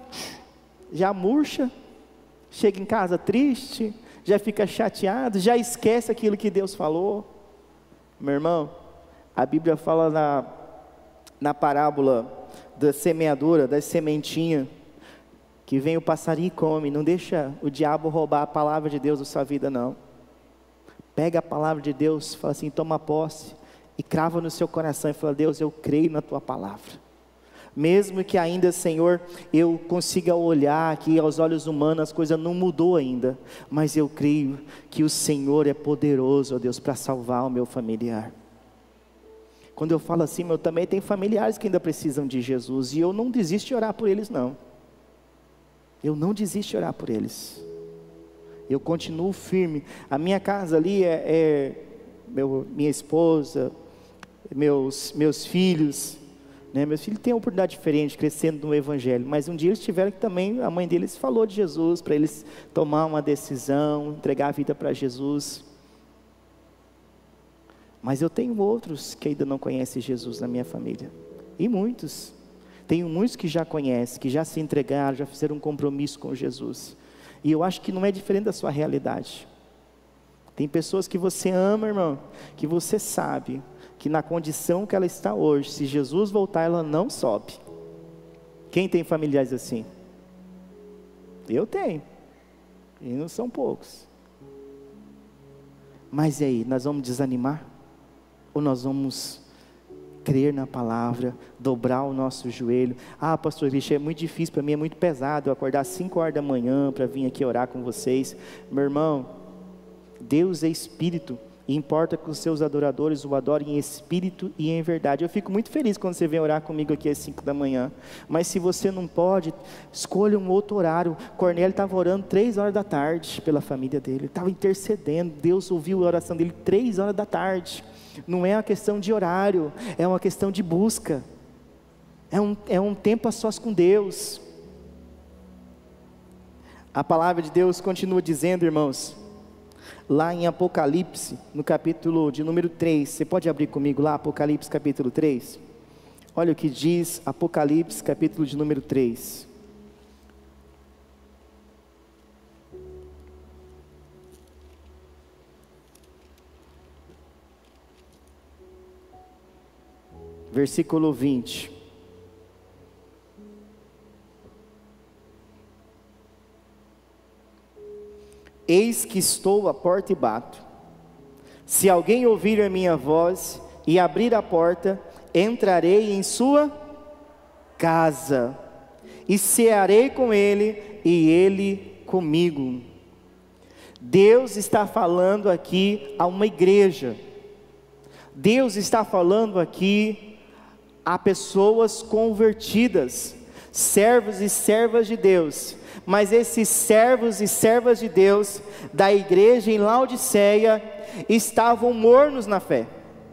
[SPEAKER 1] já murcha, chega em casa triste, já fica chateado, já esquece aquilo que Deus falou. Meu irmão, a Bíblia fala na parábola da semeadura, da sementinha, que vem o passarinho e come. Não deixa o diabo roubar a palavra de Deus da sua vida não. Pega a palavra de Deus, fala assim, toma posse, e crava no seu coração e fala, Deus, eu creio na tua palavra. Mesmo que ainda, Senhor, eu consiga olhar aqui aos olhos humanos, as coisas não mudou ainda, mas eu creio que o Senhor é poderoso, ó Deus, para salvar o meu familiar. Quando eu falo assim, eu também tenho familiares que ainda precisam de Jesus, e eu não desisto de orar por eles não. Eu não desisto de orar por eles. Eu continuo firme. A minha casa ali minha esposa, meus filhos, né? Meus filhos têm uma oportunidade diferente, crescendo no Evangelho, mas um dia eles tiveram que também, a mãe deles falou de Jesus, para eles tomar uma decisão, entregar a vida para Jesus. Mas eu tenho outros que ainda não conhecem Jesus na minha família, e muitos, tenho muitos que já conhecem, que já se entregaram, já fizeram um compromisso com Jesus, e eu acho que não é diferente da sua realidade. Tem pessoas que você ama, irmão, que você sabe, que na condição que ela está hoje, se Jesus voltar, ela não sobe. Quem tem familiares assim? Eu tenho, e não são poucos. Mas e aí, nós vamos desanimar? Ou nós vamos crer na palavra, dobrar o nosso joelho? Ah, pastor Richard, é muito difícil para mim, é muito pesado eu acordar às 5 horas da manhã para vir aqui orar com vocês. Meu irmão, Deus é Espírito, e importa que os seus adoradores o adorem em espírito e em verdade. Eu fico muito feliz quando você vem orar comigo aqui às 5 da manhã, mas se você não pode, escolha um outro horário. Cornélio estava orando 3 horas da tarde pela família dele, estava intercedendo, Deus ouviu a oração dele 3 horas da tarde. Não é uma questão de horário, é uma questão de busca. É um tempo a sós com Deus. A palavra de Deus continua dizendo, irmãos, lá em Apocalipse, no capítulo de número 3, você pode abrir comigo lá, Apocalipse capítulo 3? Olha o que diz Apocalipse capítulo de número 3. Versículo 20. Eis que estou à porta e bato. Se alguém ouvir a minha voz e abrir a porta, entrarei em sua casa, e cearei com ele, e ele comigo. Deus está falando aqui a uma igreja. Deus está falando aqui a pessoas convertidas, servos e servas de Deus. Mas esses servos e servas de Deus da igreja em Laodiceia estavam mornos na fé.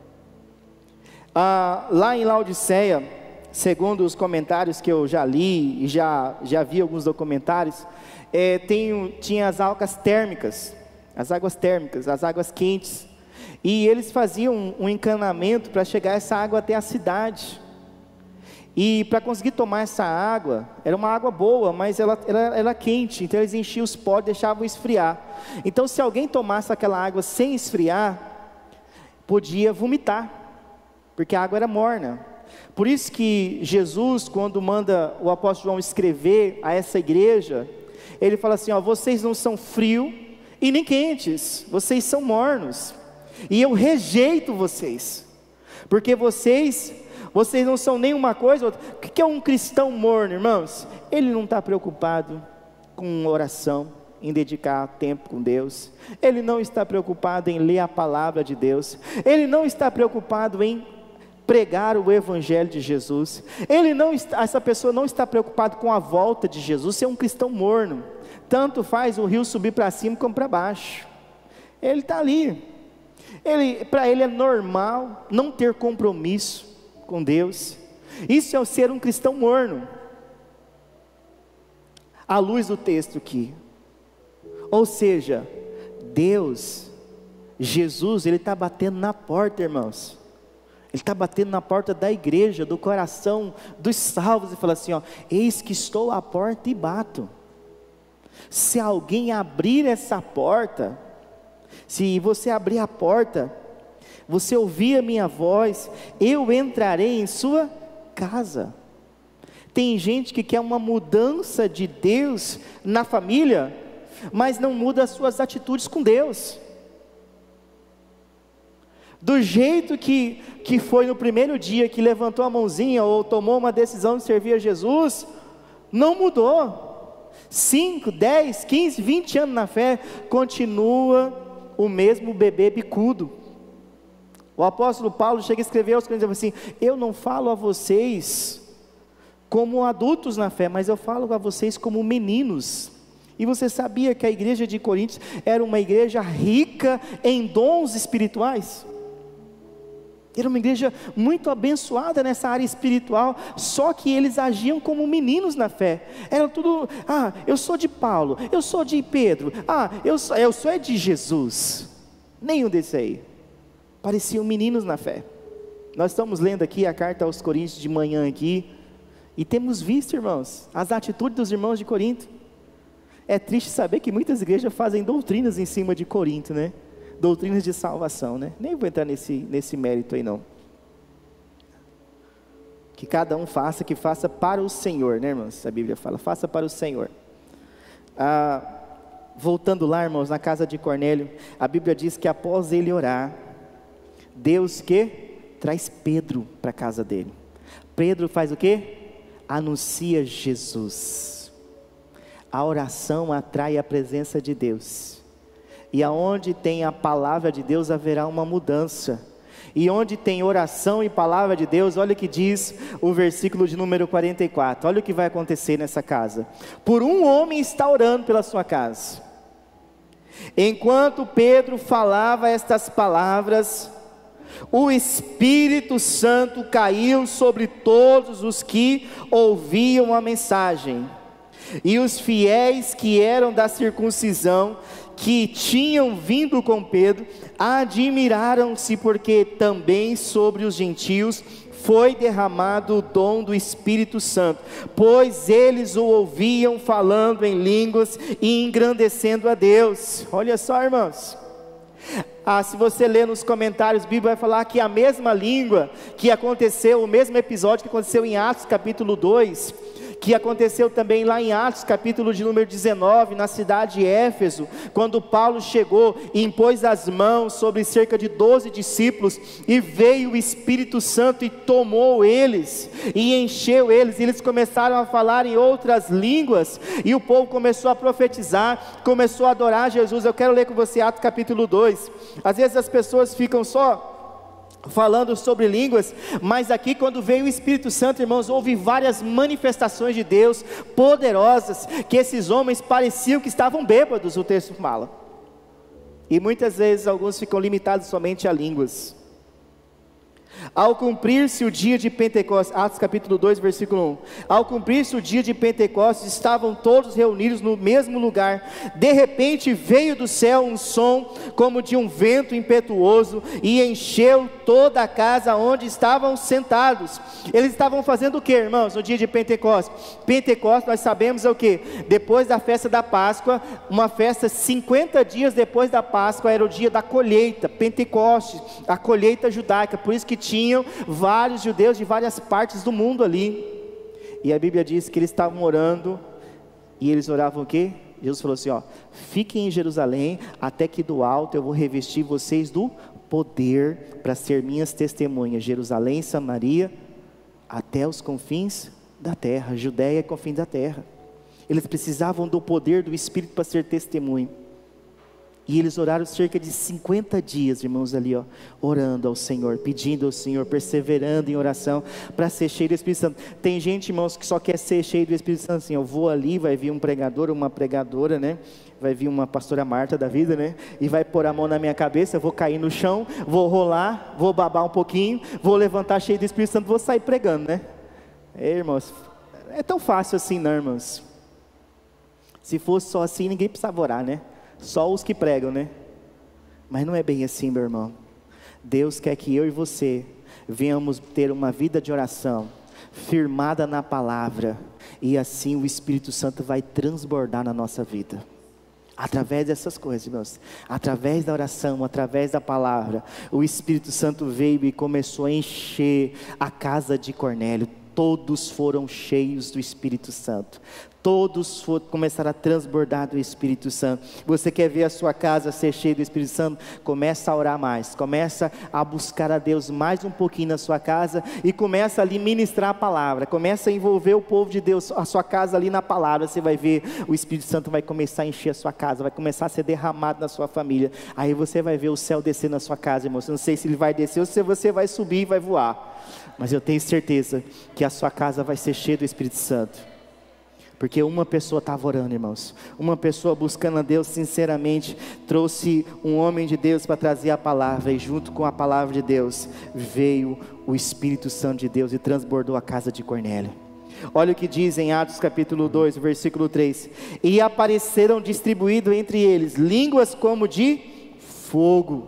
[SPEAKER 1] Lá em Laodiceia, segundo os comentários que eu já li e já vi alguns documentários, tinha as águas térmicas, as águas quentes, e eles faziam um encanamento para chegar essa água até a cidade. E para conseguir tomar essa água, era uma água boa, mas ela era quente, então eles enchiam os potes, deixavam esfriar. Então se alguém tomasse aquela água sem esfriar, podia vomitar, porque a água era morna. Por isso que Jesus, quando manda o apóstolo João escrever a essa igreja, ele fala assim, vocês não são frios e nem quentes, vocês são mornos, e eu rejeito vocês, porque vocês não são nem uma coisa ou outra. O que é um cristão morno, irmãos? Ele não está preocupado com oração, em dedicar tempo com Deus. Ele não está preocupado em ler a palavra de Deus. Ele não está preocupado em pregar o evangelho de Jesus. Essa pessoa não está preocupada com a volta de Jesus. Você é um cristão morno. Tanto faz o rio subir para cima como para baixo. Ele está ali. Para ele é normal não ter compromisso com Deus. Isso é o ser um cristão morno, à luz do texto aqui. Ou seja, Jesus, Ele está batendo na porta, irmãos. Ele está batendo na porta da igreja, do coração dos salvos, e fala assim, eis que estou à porta e bato. Se alguém abrir essa porta, se você abrir a porta, você ouvir a minha voz, eu entrarei em sua casa. Tem gente que quer uma mudança de Deus na família, mas não muda as suas atitudes com Deus. Do jeito que foi no primeiro dia que levantou a mãozinha ou tomou uma decisão de servir a Jesus, não mudou. 5, 10, 15, 20 anos na fé, continua o mesmo bebê bicudo. O apóstolo Paulo chega a escrever aos Coríntios assim, eu não falo a vocês como adultos na fé, mas eu falo a vocês como meninos. E você sabia que a igreja de Coríntios era uma igreja rica em dons espirituais? Era uma igreja muito abençoada nessa área espiritual, só que eles agiam como meninos na fé. Era tudo, eu sou de Paulo, eu sou de Pedro, eu sou de Jesus. Nenhum desses aí. Pareciam meninos na fé. Nós estamos lendo aqui a carta aos Coríntios de manhã aqui, e temos visto, irmãos, as atitudes dos irmãos de Corinto. É triste saber que muitas igrejas fazem doutrinas em cima de Corinto, né? Doutrinas de salvação, né? Nem vou entrar nesse mérito aí não. Que cada um faça, que faça para o Senhor, né, irmãos? A Bíblia fala, faça para o Senhor. Voltando lá, irmãos, na casa de Cornélio, a Bíblia diz que após ele orar, Deus traz Pedro para a casa dele. Pedro faz o quê? Anuncia Jesus. A oração atrai a presença de Deus. E aonde tem a palavra de Deus haverá uma mudança. E onde tem oração e palavra de Deus, olha o que diz o versículo de número 44. Olha o que vai acontecer nessa casa. Por um homem está orando pela sua casa. Enquanto Pedro falava estas palavras, o Espírito Santo caiu sobre todos os que ouviam a mensagem. E os fiéis que eram da circuncisão, que tinham vindo com Pedro, admiraram-se, porque também sobre os gentios foi derramado o dom do Espírito Santo, pois eles o ouviam falando em línguas e engrandecendo a Deus. Olha só, irmãos. Se você ler nos comentários, a Bíblia vai falar que a mesma língua que aconteceu, o mesmo episódio que aconteceu em Atos capítulo 2, que aconteceu também lá em Atos capítulo de número 19, na cidade de Éfeso, quando Paulo chegou e impôs as mãos sobre cerca de 12 discípulos, e veio o Espírito Santo e tomou eles, e encheu eles, e eles começaram a falar em outras línguas, e o povo começou a profetizar, começou a adorar Jesus. Eu quero ler com você Atos capítulo 2, às vezes as pessoas ficam só falando sobre línguas, mas aqui quando veio o Espírito Santo, irmãos, houve várias manifestações de Deus poderosas, que esses homens pareciam que estavam bêbados, o texto fala, e muitas vezes alguns ficam limitados somente a línguas. Ao cumprir-se o dia de Pentecostes, Atos capítulo 2, versículo 1, ao cumprir-se o dia de Pentecostes, estavam todos reunidos no mesmo lugar. De repente veio do céu um som como de um vento impetuoso, e encheu toda a casa onde estavam sentados. Eles estavam fazendo o que, irmãos, no dia de Pentecostes? Pentecostes, nós sabemos, é o que? Depois da festa da Páscoa, uma festa 50 dias depois da Páscoa, era o dia da colheita, Pentecostes, a colheita judaica. Por isso que tinham vários judeus de várias partes do mundo ali, e a Bíblia diz que eles estavam orando, e eles oravam o quê? Jesus falou assim, fiquem em Jerusalém, até que do alto eu vou revestir vocês do poder, para ser minhas testemunhas, Jerusalém, Samaria, até os confins da terra, Judéia e confins da terra. Eles precisavam do poder do Espírito para ser testemunho. E eles oraram cerca de 50 dias, irmãos, ali, orando ao Senhor, pedindo ao Senhor, perseverando em oração, para ser cheio do Espírito Santo. Tem gente, irmãos, que só quer ser cheio do Espírito Santo, assim, eu vou ali, vai vir um pregador, uma pregadora, né, vai vir uma pastora Marta da vida, né, e vai pôr a mão na minha cabeça, eu vou cair no chão, vou rolar, vou babar um pouquinho, vou levantar cheio do Espírito Santo, vou sair pregando, né. Irmãos, é tão fácil assim, não, irmãos? Se fosse só assim, ninguém precisava orar, né? Só os que pregam, né? Mas não é bem assim, meu irmão. Deus quer que eu e você venhamos ter uma vida de oração firmada na palavra, e assim o Espírito Santo vai transbordar na nossa vida. Através dessas coisas, irmãos, através da oração, através da palavra, o Espírito Santo veio e começou a encher a casa de Cornélio. Todos foram cheios do Espírito Santo. Todos começaram a transbordar do Espírito Santo. Você quer ver a sua casa ser cheia do Espírito Santo? Começa a orar mais, começa a buscar a Deus mais um pouquinho na sua casa, e começa ali ministrar a palavra, começa a envolver o povo de Deus, a sua casa ali na palavra. Você vai ver, o Espírito Santo vai começar a encher a sua casa, vai começar a ser derramado na sua família. Aí você vai ver o céu descer na sua casa, irmão. Eu não sei se ele vai descer ou se você vai subir e vai voar, mas eu tenho certeza que a sua casa vai ser cheia do Espírito Santo. Porque uma pessoa estava orando, irmãos, uma pessoa buscando a Deus sinceramente, trouxe um homem de Deus para trazer a palavra, e junto com a palavra de Deus, veio o Espírito Santo de Deus e transbordou a casa de Cornélio. Olha o que diz em Atos capítulo 2, versículo 3, e apareceram distribuídos entre eles, línguas como de fogo,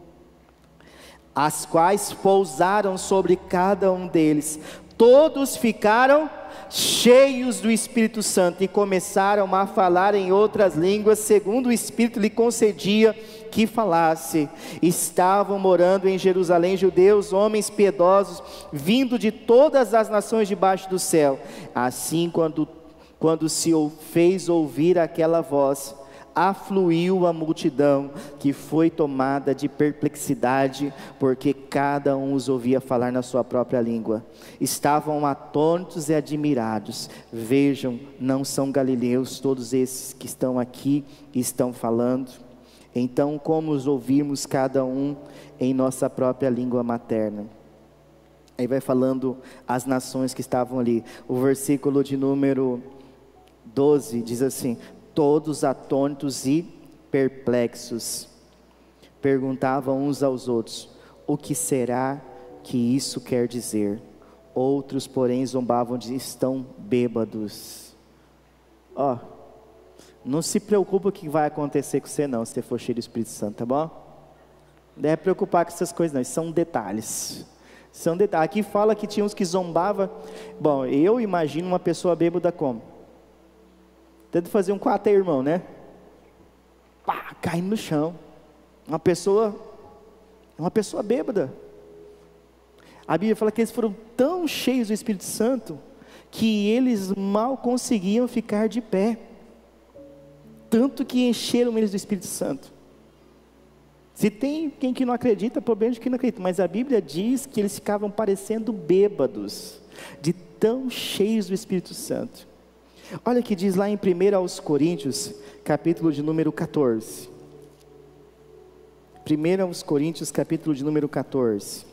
[SPEAKER 1] as quais pousaram sobre cada um deles. Todos ficaram cheios do Espírito Santo, e começaram a falar em outras línguas, segundo o Espírito lhe concedia que falasse. Estavam morando em Jerusalém judeus, homens piedosos, vindo de todas as nações debaixo do céu. Assim, quando se fez ouvir aquela voz, afluiu a multidão, que foi tomada de perplexidade, porque cada um os ouvia falar na sua própria língua. Estavam atônitos e admirados. Vejam, não são galileus todos esses que estão aqui e estão falando? Então, como os ouvimos cada um em nossa própria língua materna? Aí vai falando as nações que estavam ali. O versículo de número 12 diz assim: todos atônitos e perplexos perguntavam uns aos outros: O que será que isso quer dizer? Outros, porém, zombavam de estão bêbados. Ó, não se preocupa com o que vai acontecer com você não, se você for cheio do Espírito Santo, tá bom? Não deve preocupar com essas coisas não, isso são detalhes. São detalhes. Aqui fala que tinha uns que zombavam. Bom, eu imagino uma pessoa bêbada como? Tenta fazer um 4 aí, irmão, né? Pá, caindo no chão. Uma pessoa bêbada. A Bíblia fala que eles foram tão cheios do Espírito Santo que eles mal conseguiam ficar de pé, tanto que encheram eles do Espírito Santo. Se tem quem que não acredita, problema de quem não acredita, mas a Bíblia diz que eles ficavam parecendo bêbados, de tão cheios do Espírito Santo. Olha o que diz lá em 1 aos Coríntios, capítulo de número 14. 1 aos Coríntios, capítulo de número 14.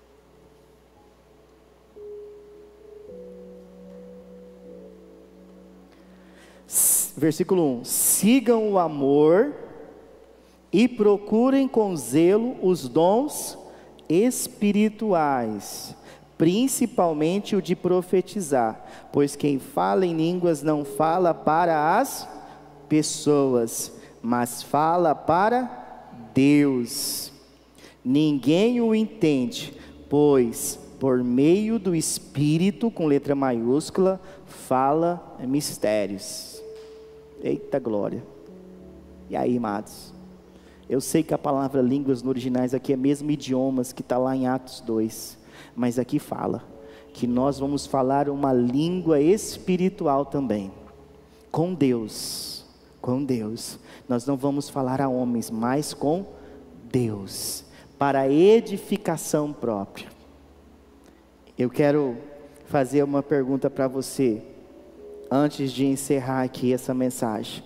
[SPEAKER 1] Versículo 1: sigam o amor e procurem com zelo os dons espirituais, principalmente o de profetizar, pois quem fala em línguas não fala para as pessoas, mas fala para Deus. Ninguém o entende, pois por meio do Espírito, com letra maiúscula, fala mistérios. Eita glória! E aí, amados? Eu sei que a palavra línguas no originais aqui é mesmo idiomas, que está lá em Atos 2. Mas aqui fala que nós vamos falar uma língua espiritual também. Com Deus. Com Deus. Nós não vamos falar a homens, mas com Deus. Para edificação própria. Eu quero fazer uma pergunta para você, antes de encerrar aqui essa mensagem.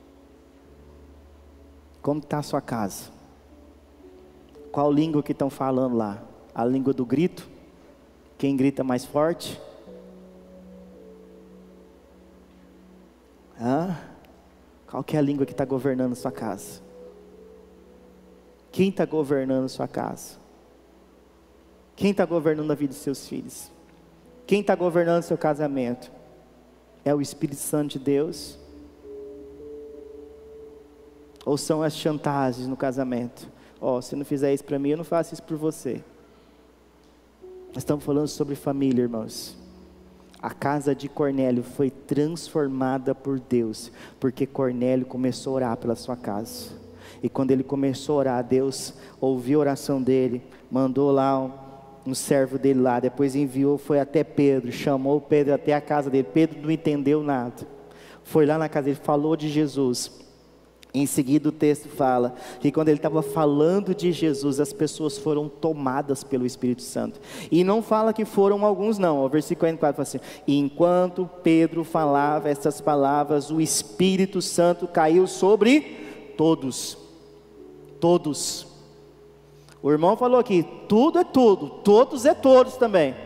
[SPEAKER 1] Como está a sua casa? Qual língua que estão falando lá? A língua do grito? Quem grita mais forte? Qual que é a língua que está governando a sua casa? Quem está governando a sua casa? Quem está governando a vida dos seus filhos? Quem está governando o seu casamento? É o Espírito Santo de Deus? Ou são as chantagens no casamento? Se não fizer isso para mim, eu não faço isso por você. Nós estamos falando sobre família, irmãos. A casa de Cornélio foi transformada por Deus, porque Cornélio começou a orar pela sua casa. E quando ele começou a orar, Deus ouviu a oração dele, mandou lá um servo dele lá, depois enviou, foi até Pedro, chamou Pedro até a casa dele. Pedro não entendeu nada, foi lá na casa dele, falou de Jesus. Em seguida o texto fala que quando ele estava falando de Jesus, as pessoas foram tomadas pelo Espírito Santo. E não fala que foram alguns não, o versículo 44 fala assim: e enquanto Pedro falava essas palavras, o Espírito Santo caiu sobre todos. Todos. O irmão falou aqui, tudo é tudo, todos é todos também.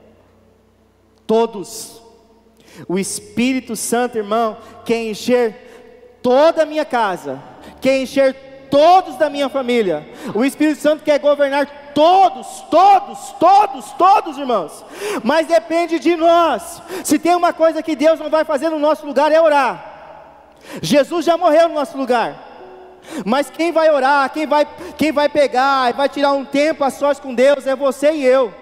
[SPEAKER 1] Todos. O Espírito Santo, irmão, quer encher toda a minha casa, quer encher todos da minha família. O Espírito Santo quer governar todos, irmãos. Mas depende de nós. Se tem uma coisa que Deus não vai fazer no nosso lugar, é orar. Jesus já morreu no nosso lugar. Mas quem vai orar, quem vai pegar e vai tirar um tempo a sós com Deus é você e eu.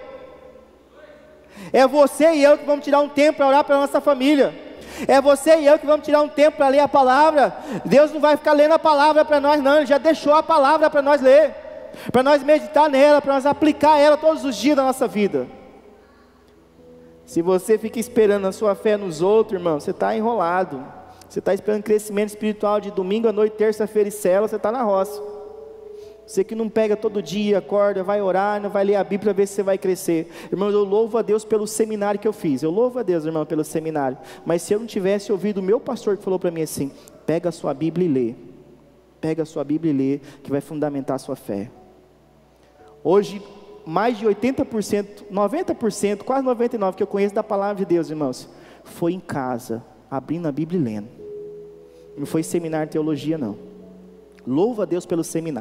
[SPEAKER 1] É você e eu que vamos tirar um tempo para orar pela nossa família. É você e eu que vamos tirar um tempo para ler a palavra. Deus não vai ficar lendo a palavra para nós não, Ele já deixou a palavra para nós ler, para nós meditar nela, para nós aplicar ela todos os dias da nossa vida. Se você fica esperando a sua fé nos outros, irmão, você está enrolado. Você está esperando crescimento espiritual de domingo à noite, terça-feira e célula, você está na roça. Você que não pega todo dia, acorda, vai orar, não vai ler a Bíblia para ver se você vai crescer. Irmãos, eu louvo a Deus pelo seminário que eu fiz. Eu louvo a Deus, irmão, pelo seminário. Mas se eu não tivesse ouvido o meu pastor que falou para mim assim: pega a sua Bíblia e lê. Pega a sua Bíblia e lê, que vai fundamentar a sua fé. Hoje, mais de 80%, 90%, quase 99% que eu conheço da palavra de Deus, irmãos, foi em casa, abrindo a Bíblia e lendo. Não foi seminário de teologia não. Louvo a Deus pelo seminário,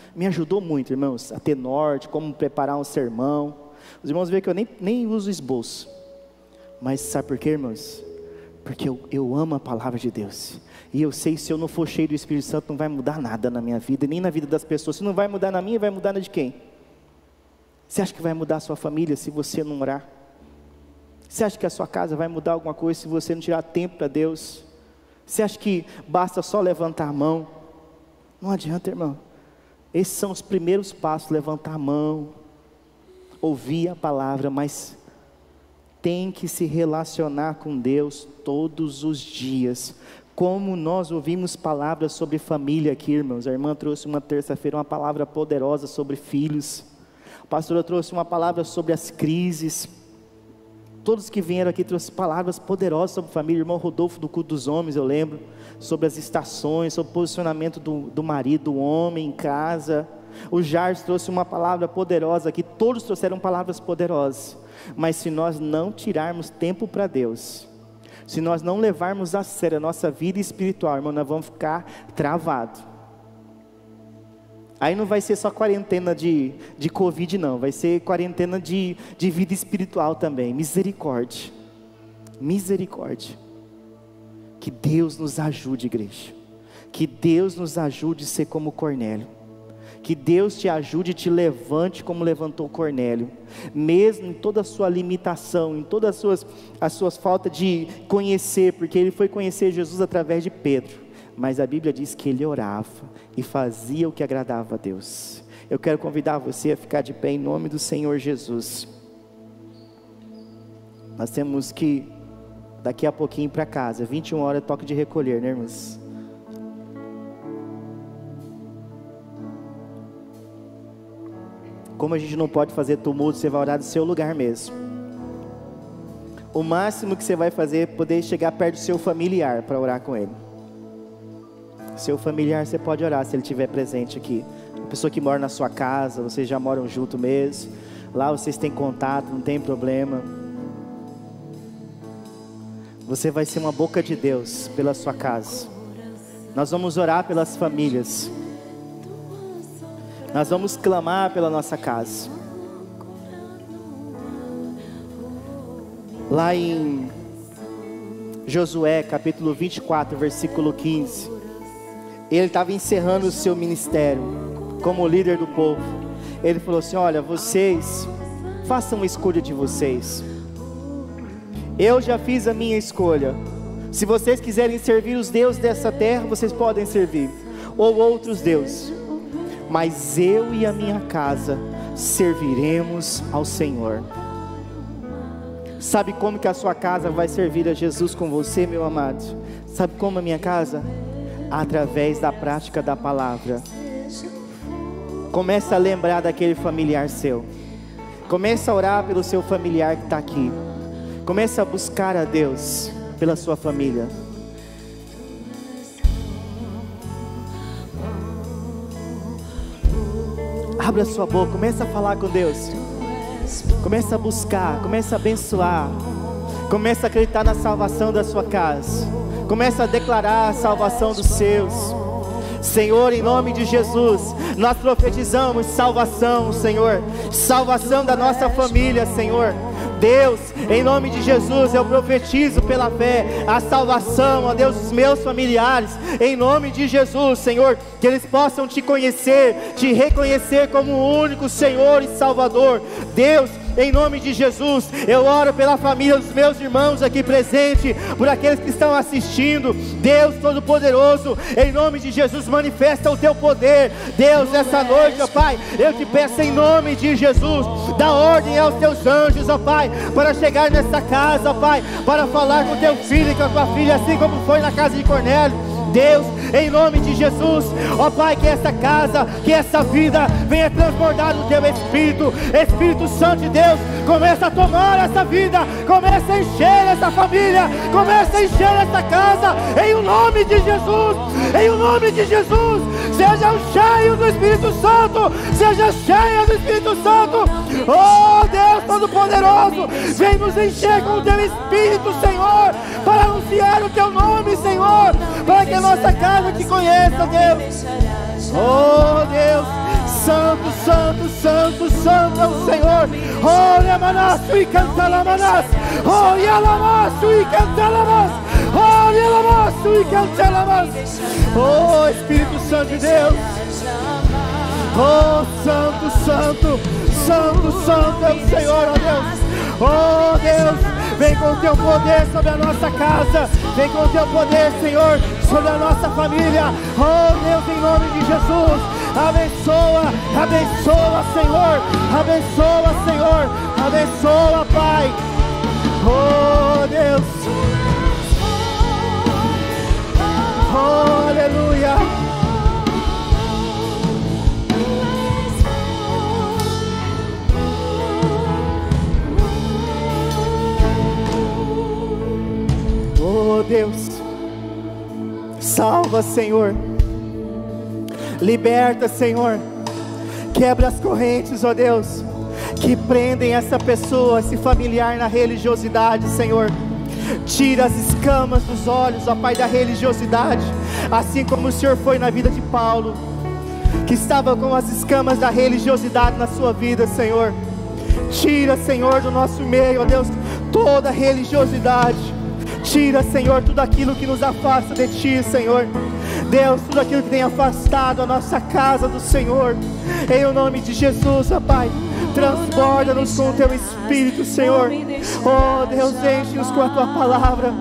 [SPEAKER 1] me ajudou muito, irmãos, a ter norte, como preparar um sermão. Os irmãos veem que eu nem uso esboço. Mas sabe por quê, irmãos? Porque eu amo a palavra de Deus. E eu sei, se eu não for cheio do Espírito Santo, não vai mudar nada na minha vida, nem na vida das pessoas. Se não vai mudar na minha, vai mudar na de quem? Você acha que vai mudar a sua família se você não orar? Você acha que a sua casa vai mudar alguma coisa se você não tirar tempo para Deus? Você acha que basta só levantar a mão? Não adianta, irmão. Esses são os primeiros passos: levantar a mão, ouvir a palavra, mas tem que se relacionar com Deus todos os dias. Como nós ouvimos palavras sobre família aqui, irmãos. A irmã trouxe uma terça-feira uma palavra poderosa sobre filhos. A pastora trouxe uma palavra sobre as crises. Todos que vieram aqui trouxeram palavras poderosas sobre família. O irmão Rodolfo do culto dos homens, eu lembro, sobre as estações, sobre o posicionamento do marido, do homem em casa. O Jars trouxe uma palavra poderosa aqui. Todos trouxeram palavras poderosas. Mas se nós não tirarmos tempo para Deus, se nós não levarmos a sério a nossa vida espiritual, irmão, nós vamos ficar travados. Aí não vai ser só quarentena de Covid, não. Vai ser quarentena de vida espiritual também. Misericórdia. Misericórdia. Que Deus nos ajude, igreja. Que Deus nos ajude a ser como Cornélio. Que Deus te ajude e te levante como levantou Cornélio. Mesmo em toda a sua limitação, em todas as suas faltas de conhecer. Porque ele foi conhecer Jesus através de Pedro. Mas a Bíblia diz que ele orava e fazia o que agradava a Deus. Eu quero convidar você a ficar de pé em nome do Senhor Jesus. Nós temos que daqui a pouquinho ir para casa. 21 horas toque de recolher, né, irmãos? Como a gente não pode fazer tumulto, você vai orar do seu lugar mesmo. O máximo que você vai fazer é poder chegar perto do seu familiar para orar com ele. Seu familiar, você pode orar se ele estiver presente aqui. A pessoa que mora na sua casa, vocês já moram junto mesmo. Lá vocês têm contato, não tem problema. Você vai ser uma boca de Deus pela sua casa. Nós vamos orar pelas famílias. Nós vamos clamar pela nossa casa. Lá em Josué, capítulo 24, versículo 15. Ele estava encerrando o seu ministério como líder do povo. Ele falou assim: olha, vocês façam a escolha de vocês. Eu já fiz a minha escolha. Se vocês quiserem servir os deuses dessa terra, vocês podem servir, ou outros deuses. Mas eu e a minha casa serviremos ao Senhor. Sabe como que a sua casa vai servir a Jesus com você, meu amado? Sabe como a minha casa? Através da prática da palavra. Começa a lembrar daquele familiar seu. Começa a orar pelo seu familiar que está aqui. Começa a buscar a Deus pela sua família. Abra sua boca, começa a falar com Deus. Começa a buscar, começa a abençoar. Começa a acreditar na salvação da sua casa. Começa a declarar a salvação dos seus. Senhor, em nome de Jesus, nós profetizamos salvação, Senhor. Salvação da nossa família, Senhor. Deus, em nome de Jesus, eu profetizo pela fé a salvação, ó Deus, dos meus familiares, em nome de Jesus, Senhor, que eles possam te conhecer, te reconhecer como o único Senhor e Salvador. Deus, em nome de Jesus, eu oro pela família dos meus irmãos aqui presentes, por aqueles que estão assistindo. Deus Todo-Poderoso, em nome de Jesus, manifesta o teu poder. Deus, nessa noite, ó Pai, eu te peço em nome de Jesus, dá ordem aos teus anjos, ó Pai, para chegar nessa casa, ó Pai, para falar com teu filho e com a tua filha, assim como foi na casa de Cornélio. Deus, em nome de Jesus, ó Pai, que essa casa, que essa vida venha transbordar no teu Espírito. Espírito Santo de Deus, começa a tomar essa vida, começa a encher essa família, começa a encher essa casa, em o nome de Jesus, em o nome de Jesus. Seja cheio do Espírito Santo, seja cheia do Espírito Santo. Oh Deus Todo-Poderoso, vem nos encher com o teu Espírito, Senhor, para anunciar o teu nome, Senhor, para que a nossa casa te conheça, Deus. Oh Deus, Santo, santo, santo, santo é o Senhor. Oh, Yamanasu e Cantalamanás. Oh, Yalamasu e Cantalamás. Oh, Yalamasu e Cantalamás. Oh, Espírito Santo de Deus. Oh, santo, santo, santo, santo é o Senhor, ó Deus. Oh, Deus, vem com o teu poder sobre a nossa casa. Vem com o teu poder, Senhor, sobre a nossa família. Oh, Deus, em nome de Jesus, abençoa, abençoa, Senhor. Abençoa, Senhor. Abençoa, Pai. Oh, Deus. Oh, aleluia. Oh, Deus, salva, Senhor, liberta, Senhor, quebra as correntes, ó Deus, que prendem essa pessoa, esse familiar na religiosidade, Senhor. Tira as escamas dos olhos, ó Pai, da religiosidade, assim como o Senhor foi na vida de Paulo, que estava com as escamas da religiosidade na sua vida, Senhor. Tira, Senhor, do nosso meio, ó Deus, toda religiosidade. Tira, Senhor, tudo aquilo que nos afasta de Ti, Senhor. Deus, tudo aquilo que tem afastado a nossa casa do Senhor, em o nome de Jesus, ó Pai, transborda-nos com o Teu Espírito, Senhor. Oh, Deus, enche-nos com a Tua palavra.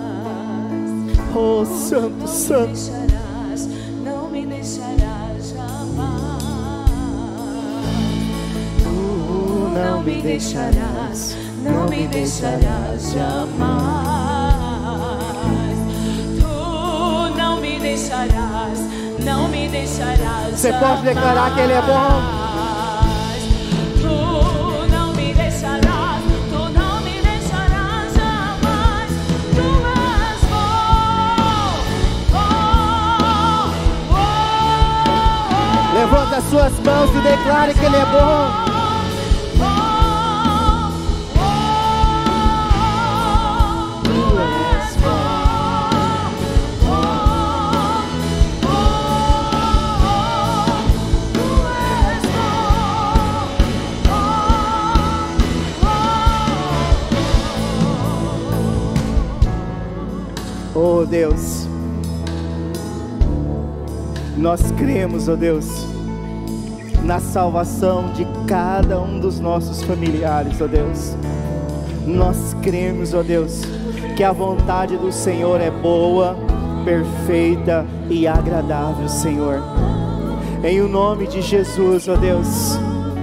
[SPEAKER 1] Oh, Santo, Santo.
[SPEAKER 2] Não me deixarás jamais.
[SPEAKER 1] Tu
[SPEAKER 2] Não me deixarás, não me deixarás jamais. Tu não me deixarás, não me deixarás.
[SPEAKER 1] Você pode declarar que Ele é bom.
[SPEAKER 2] Tu não me deixarás, tu não me deixarás jamais. Tu és bom, oh, oh, oh.
[SPEAKER 1] Levanta as suas mãos e declare que Ele é bom. Oh, Deus, nós cremos, oh Deus, na salvação de cada um dos nossos familiares, ó Deus. Nós cremos, ó Deus, que a vontade do Senhor é boa, perfeita e agradável, Senhor. Em o nome de Jesus, ó Deus.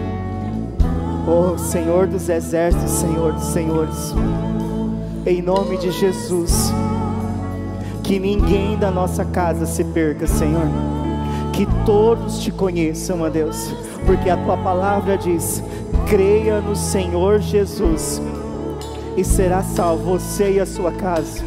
[SPEAKER 1] Ó Senhor dos exércitos, Senhor dos senhores, em nome de Jesus, que ninguém da nossa casa se perca, Senhor. Que todos te conheçam, ó Deus, porque a tua palavra diz: creia no Senhor Jesus e será salvo você e a sua casa.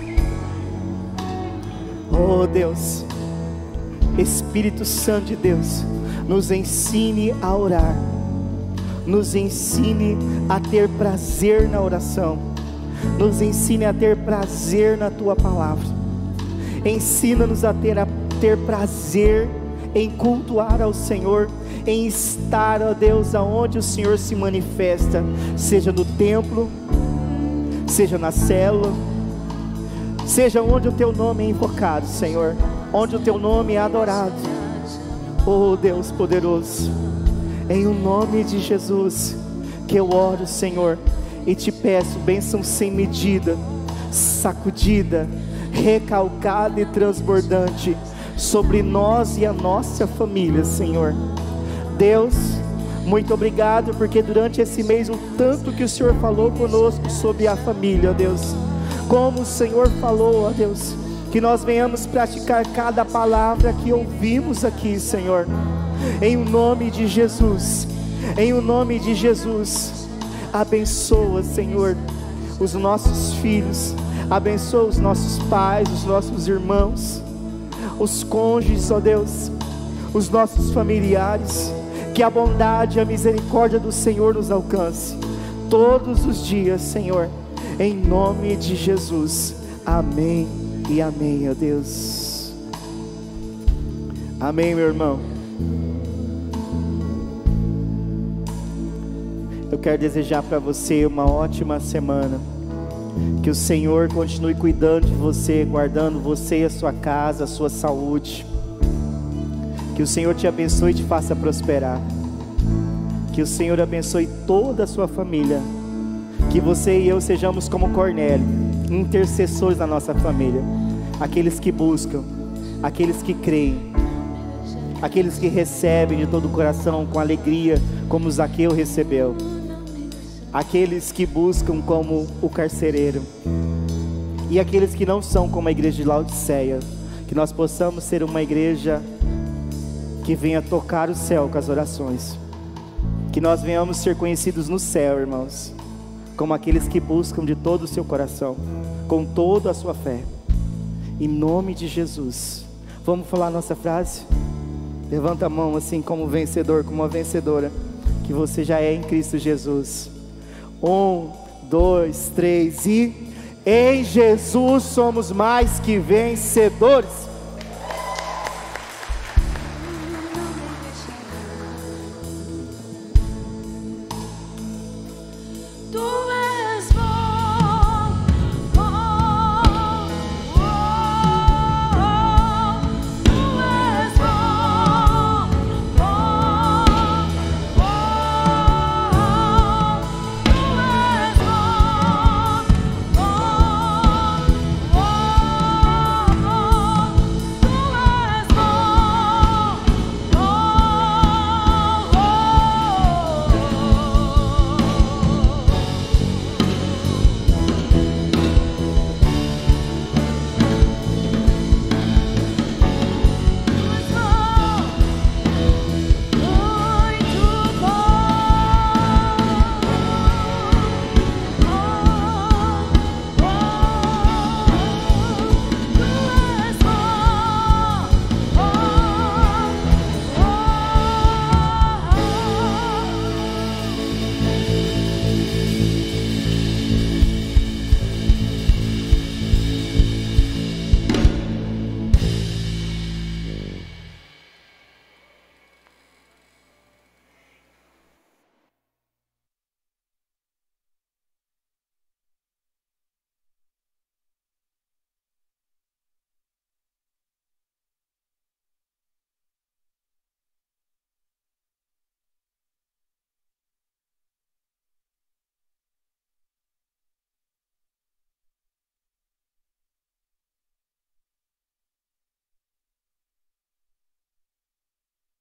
[SPEAKER 1] Oh Deus, Espírito Santo de Deus, nos ensine a orar, nos ensine a ter prazer na oração, nos ensine a ter prazer na tua palavra. Ensina-nos a ter prazer em cultuar ao Senhor, em estar, ó Deus, aonde o Senhor se manifesta, seja no templo, seja na célula, seja onde o teu nome é invocado, Senhor, onde o teu nome é adorado. Oh Deus poderoso, em o nome de Jesus que eu oro, Senhor, e te peço bênção sem medida, sacudida, recalcada e transbordante sobre nós e a nossa família, Senhor. Deus, muito obrigado, porque durante esse mês o tanto que o Senhor falou conosco sobre a família, ó Deus, como o Senhor falou, ó Deus, que nós venhamos praticar cada palavra que ouvimos aqui, Senhor, em o nome de Jesus, em o nome de Jesus. Abençoa, Senhor, os nossos filhos, abençoa os nossos pais, os nossos irmãos, os cônjuges, ó Deus, os nossos familiares. Que a bondade e a misericórdia do Senhor nos alcance todos os dias, Senhor, em nome de Jesus. Amém e amém, ó Deus. Amém, meu irmão. quero desejar para você uma ótima semana. Que o Senhor continue cuidando de você, guardando você e a sua casa, a sua saúde. Que o Senhor te abençoe e te faça prosperar. Que o Senhor abençoe toda a sua família. Que você e eu sejamos como Cornélio, intercessores da nossa família. Aqueles que buscam, aqueles que creem, aqueles que recebem de todo o coração, com alegria, como Zaqueu recebeu. Aqueles que buscam como o carcereiro. E aqueles que não são como a igreja de Laodiceia. Que nós possamos ser uma igreja que venha tocar o céu com as orações. Que nós venhamos ser conhecidos no céu, irmãos, como aqueles que buscam de todo o seu coração, com toda a sua fé. Em nome de Jesus. Vamos falar a nossa frase? Levanta a mão assim como vencedor, como uma vencedora, que você já é em Cristo Jesus. 1, 2, 3 e... Em Jesus somos mais que vencedores.